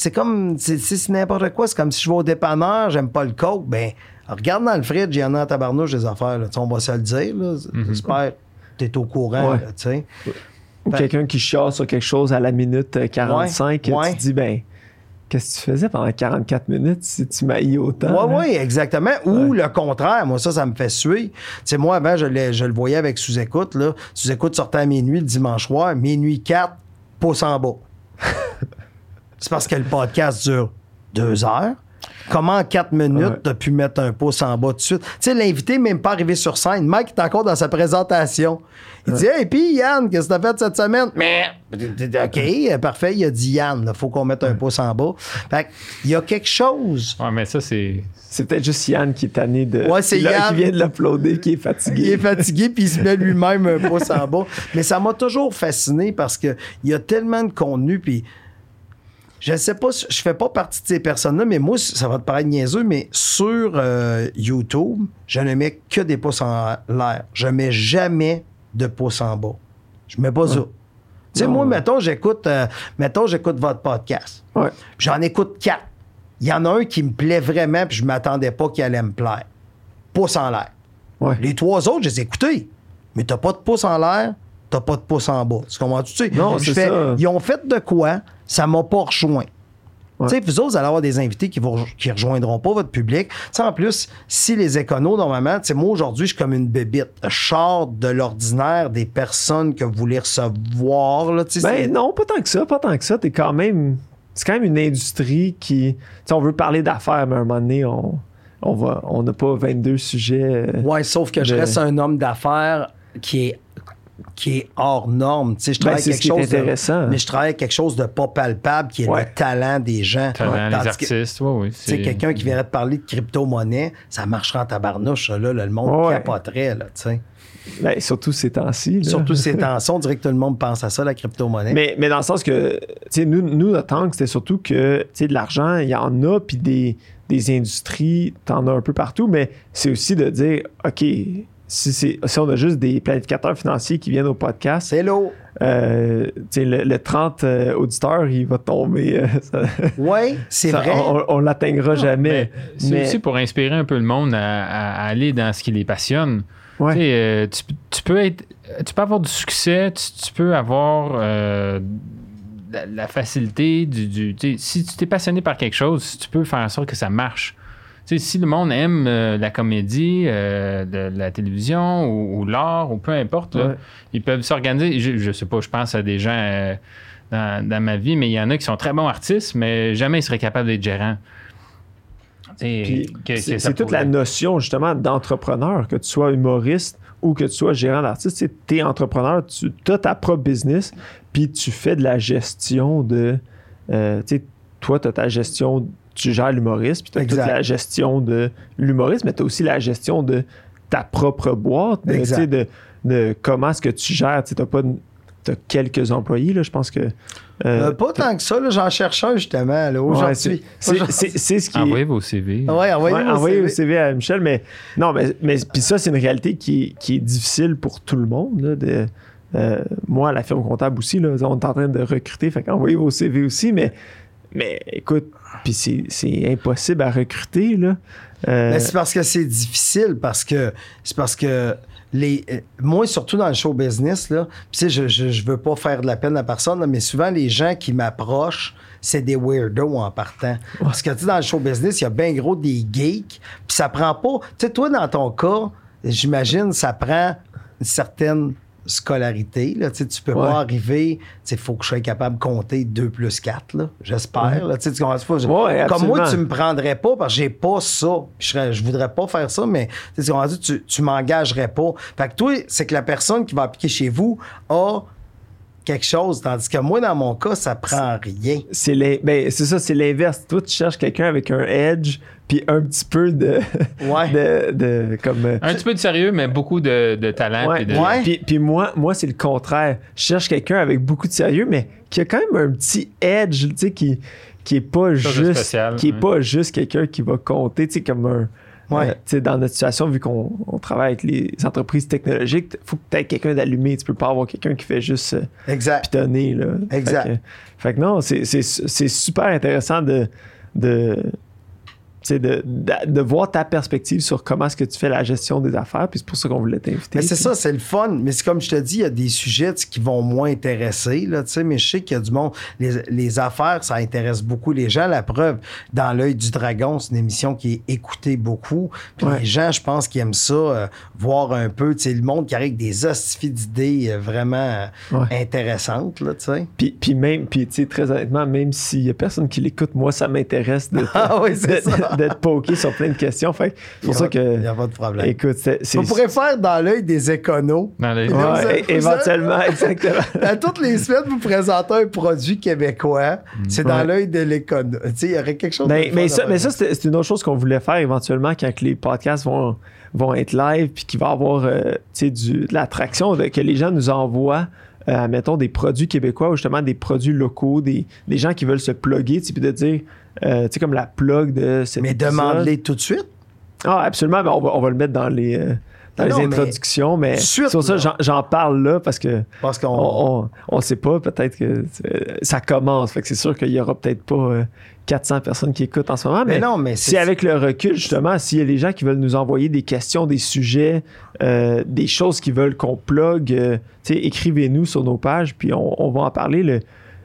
n'importe quoi. C'est comme si je vais au dépanneur, j'aime pas le coke. Ben, regarde dans le fridge, il y en a en tabarnouche des affaires. Là. On va se le dire. Là. J'espère que tu es au courant. Là, ou quelqu'un qui chiale sur quelque chose à la minute 45, tu te dis, ben, qu'est-ce que tu faisais pendant 44 minutes si tu m'haïs autant? Oui, exactement. Ou le contraire. Moi, ça me fait suer. Tu sais, moi, avant, je le voyais avec Sous-Écoute. Sous-Écoute sortait à minuit le dimanche soir. Minuit 4, pouce en bas. C'est parce que le podcast dure 2 heures. Comment en 4 minutes t'as pu mettre un pouce en bas tout de suite? Tu sais, l'invité n'est même pas arrivé sur scène. Mike est encore dans sa présentation. Il dit « Hey, puis Yann, qu'est-ce que t'as fait cette semaine? » Mais OK, parfait, il a dit Yann. Il faut qu'on mette un pouce en bas. Fait il y a quelque chose. Ouais, mais ça, c'est... C'est peut-être juste Yann qui est tanné de... Ouais, c'est Yann qui vient de l'uploader, qui est fatigué. Il est fatigué, puis il se met lui-même un pouce en bas. Mais ça m'a toujours fasciné parce qu'il y a tellement de contenu, puis... Je sais pas, je fais pas partie de ces personnes-là, mais moi, ça va te paraître niaiseux, mais sur YouTube, je ne mets que des pouces en l'air. Je mets jamais de pouces en bas. Je mets pas ça. Tu sais, moi, mettons, j'écoute votre podcast. Ouais. Puis j'en écoute 4. Il y en a un qui me plaît vraiment, puis je m'attendais pas qu'il allait me plaire. Pouce en l'air. Ouais. Les 3 autres, je les ai écoutés. Mais t'as pas de pouce en l'air, t'as pas de pouce en bas. Tu comprends? Tu sais, non, c'est ça. Ils ont fait de quoi? Ça m'a pas rejoint. Ouais. Tu sais, vous autres, vous allez avoir des invités qui rejoindront pas votre public. T'sais, en plus, si les éconos, normalement, moi, aujourd'hui, je suis comme une bébite. Je sors de l'ordinaire des personnes que vous voulez recevoir. Là, non, pas tant que ça. T'es quand même... C'est quand même une industrie qui... on veut parler d'affaires, mais à un moment donné, on n'a pas 22 sujets... Oui, sauf que je reste un homme d'affaires qui est hors norme. Tu sais, je travaille quelque chose intéressant. Mais je travaille quelque chose de pas palpable, qui est le talent des gens. Les artistes, oui. Tu sais, quelqu'un qui viendrait te parler de crypto-monnaie, ça marchera en tabarnouche, là, le monde capoterait, là, tu sais. Ben, surtout ces temps-ci. Là. Surtout ces temps-ci, on dirait que tout le monde pense à ça, la crypto-monnaie. Mais dans le sens que, tu sais, nous, notre angle, c'était surtout que, tu sais, de l'argent, il y en a, puis des industries, t'en as un peu partout, mais c'est aussi de dire, OK, si on a juste des planificateurs financiers qui viennent au podcast, c'est l'eau. Le 30 auditeurs, il va tomber. Oui, c'est vrai. On l'atteindra jamais. C'est aussi pour inspirer un peu le monde à aller dans ce qui les passionne. Ouais. Tu peux avoir du succès, tu peux avoir la facilité si tu t'es passionné par quelque chose, tu peux faire en sorte que ça marche. T'sais, si le monde aime la comédie, la télévision ou l'art ou peu importe, là, ils peuvent s'organiser. Je sais pas, je pense à des gens dans ma vie, mais il y en a qui sont très bons artistes, mais jamais ils seraient capables d'être gérants. C'est toute la notion justement d'entrepreneur, que tu sois humoriste ou que tu sois gérant d'artiste. Tu es entrepreneur, tu as ta propre business, puis tu fais de la gestion de... toi, tu as ta gestion... Tu gères l'humoriste, puis tu as toute la gestion de l'humoriste, mais tu as aussi la gestion de ta propre boîte, de comment est-ce que tu gères. Tu as quelques employés, là, je pense que... pas tant que ça, là, j'en cherche un justement là, aujourd'hui. C'est ce qui envoyez vos CV. Ouais, envoyez vos CV à Michel, mais puis ça, c'est une réalité qui est difficile pour tout le monde. Là, moi, à la firme comptable aussi, là, on est en train de recruter, fait qu'envoyez vos CV aussi, mais écoute, puis c'est impossible à recruter, là. Mais c'est parce que c'est difficile, parce que moi, surtout dans le show business, là, je veux pas faire de la peine à personne, là, mais souvent, les gens qui m'approchent, c'est des weirdos en partant. Parce que, tu sais, dans le show business, il y a bien gros des geeks, puis ça prend pas... Tu sais, toi, dans ton cas, j'imagine, ça prend une certaine scolarité, là, tu peux pas arriver, il faut que je sois capable de compter 2 plus 4, là, j'espère. Là, tu comprends pas? Comme moi, tu me prendrais pas parce que j'ai pas ça. Je voudrais pas faire ça, mais tu m'engagerais pas. Fait que toi, c'est que la personne qui va appliquer chez vous a quelque chose, tandis que moi, dans mon cas, ça prend rien. C'est ça, c'est l'inverse. Toi, tu cherches quelqu'un avec un edge puis un petit peu de comme un petit peu de sérieux, mais beaucoup de talent. Puis moi, c'est le contraire. Je cherche quelqu'un avec beaucoup de sérieux, mais qui a quand même un petit edge, tu sais, qui est pas juste spécial, qui est pas juste quelqu'un qui va compter, tu sais, comme un... dans notre situation, vu qu'on travaille avec les entreprises technologiques, il faut que tu aies quelqu'un d'allumé. Tu peux pas avoir quelqu'un qui fait juste pitonner. Là. Exact. Fait que non, c'est super intéressant de voir ta perspective sur comment est-ce que tu fais la gestion des affaires, puis c'est pour ça qu'on voulait t'inviter. Mais c'est ça, c'est le fun. Mais c'est comme je te dis, il y a des sujets qui vont moins intéresser, là, mais je sais qu'il y a du monde. Les affaires, ça intéresse beaucoup les gens. La preuve, dans l'œil du dragon, c'est une émission qui est écoutée beaucoup. Puis les gens, je pense qu'ils aiment ça, voir un peu, le monde qui arrive avec des hostifies d'idées vraiment intéressantes, là, tu sais. Puis même, très honnêtement, même s'il y a personne qui l'écoute, moi, ça m'intéresse d'être poké sur plein de questions. Fait c'est pour ça que... Il n'y a pas de problème. Écoute, on pourrait faire dans l'œil des éconos. Éventuellement, exactement. À toutes les semaines, vous présentez un produit québécois. C'est dans l'œil de l'écono. Tu sais, il y aurait quelque chose mais ça, c'est une autre chose qu'on voulait faire éventuellement quand les podcasts vont être live puis qu'il va y avoir de l'attraction, que les gens nous envoient mettons des produits québécois ou justement des produits locaux, des gens qui veulent se plugger, puis de dire, tu sais, comme la plug de cet épisode. Demande-les tout de suite. Ah, absolument, mais on va le mettre dans les introductions, mais sur ça, j'en parle là parce qu'on on sait pas, peut-être que ça commence, fait que c'est sûr qu'il y aura peut-être pas 400 personnes qui écoutent en ce moment, mais si avec le recul, justement, s'il y a des gens qui veulent nous envoyer des questions, des sujets, des choses qu'ils veulent qu'on plug, écrivez-nous sur nos pages, puis on va en parler.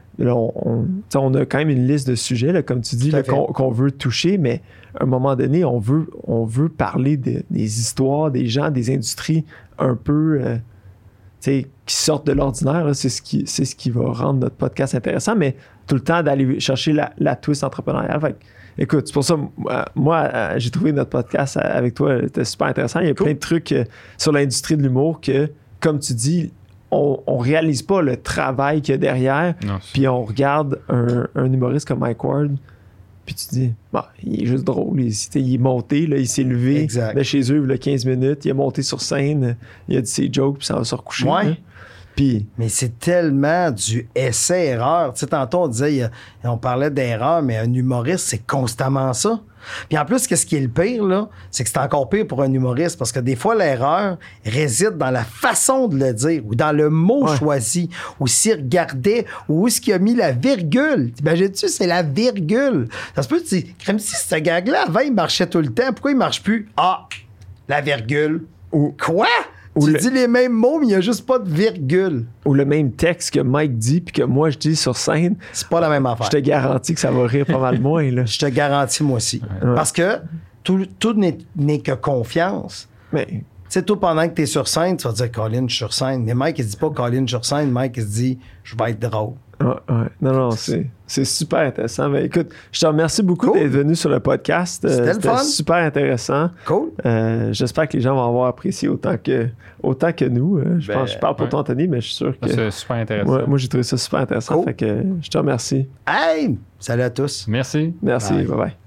On a quand même une liste de sujets, là, comme tu dis, qu'on veut toucher, mais à un moment donné, on veut parler des histoires, des gens, des industries un peu qui sortent de l'ordinaire. Là. C'est ce qui va rendre notre podcast intéressant, mais tout le temps d'aller chercher la twist entrepreneuriale. Fait, écoute, c'est pour ça, moi, j'ai trouvé notre podcast avec toi, c'était super intéressant. Il y a plein de trucs sur l'industrie de l'humour que, comme tu dis, on réalise pas le travail qu'il y a derrière, puis on regarde un humoriste comme Mike Ward, puis tu te dis, il est juste drôle, il est monté, là, il s'est levé de chez eux il y a 15 minutes, il est monté sur scène, il a dit ses jokes, puis ça va se recoucher. Mais c'est tellement du essai-erreur. Tu sais, tantôt, on parlait d'erreur, mais un humoriste, c'est constamment ça. Puis en plus, qu'est-ce qui est le pire, là, c'est que c'est encore pire pour un humoriste, parce que des fois, l'erreur réside dans la façon de le dire, ou dans le mot choisi, ou s'il regardait, ou où est-ce qu'il a mis la virgule. T'imagines-tu, c'est la virgule. Ça se peut, tu dis, comme si ce gag-là, avant, il marchait tout le temps. Pourquoi il marche plus? Ah, la virgule. Ou quoi? Tu dis les mêmes mots, mais il n'y a juste pas de virgule. Ou le même texte que Mike dit puis que moi je dis sur scène. C'est pas la même affaire. Je te garantis que ça va rire pas mal moins. Là. Je te garantis, moi aussi. Ouais. Parce que tout n'est que confiance. Mais... Tu sais, toi, pendant que tu es sur scène, tu vas dire Colin, je suis sur scène. Mais Mike, il se dit pas Colin, je suis sur scène. Mike, il se dit je vais être drôle. Non, c'est super intéressant. Mais écoute, je te remercie beaucoup d'être venu sur le podcast. C'était super intéressant. Cool. J'espère que les gens vont avoir apprécié autant que nous. Je parle pour toi, Anthony, mais je suis sûr que... C'est super intéressant. Moi, j'ai trouvé ça super intéressant. Cool. Fait que je te remercie. Hey! Salut à tous. Merci. Merci. Bye-bye.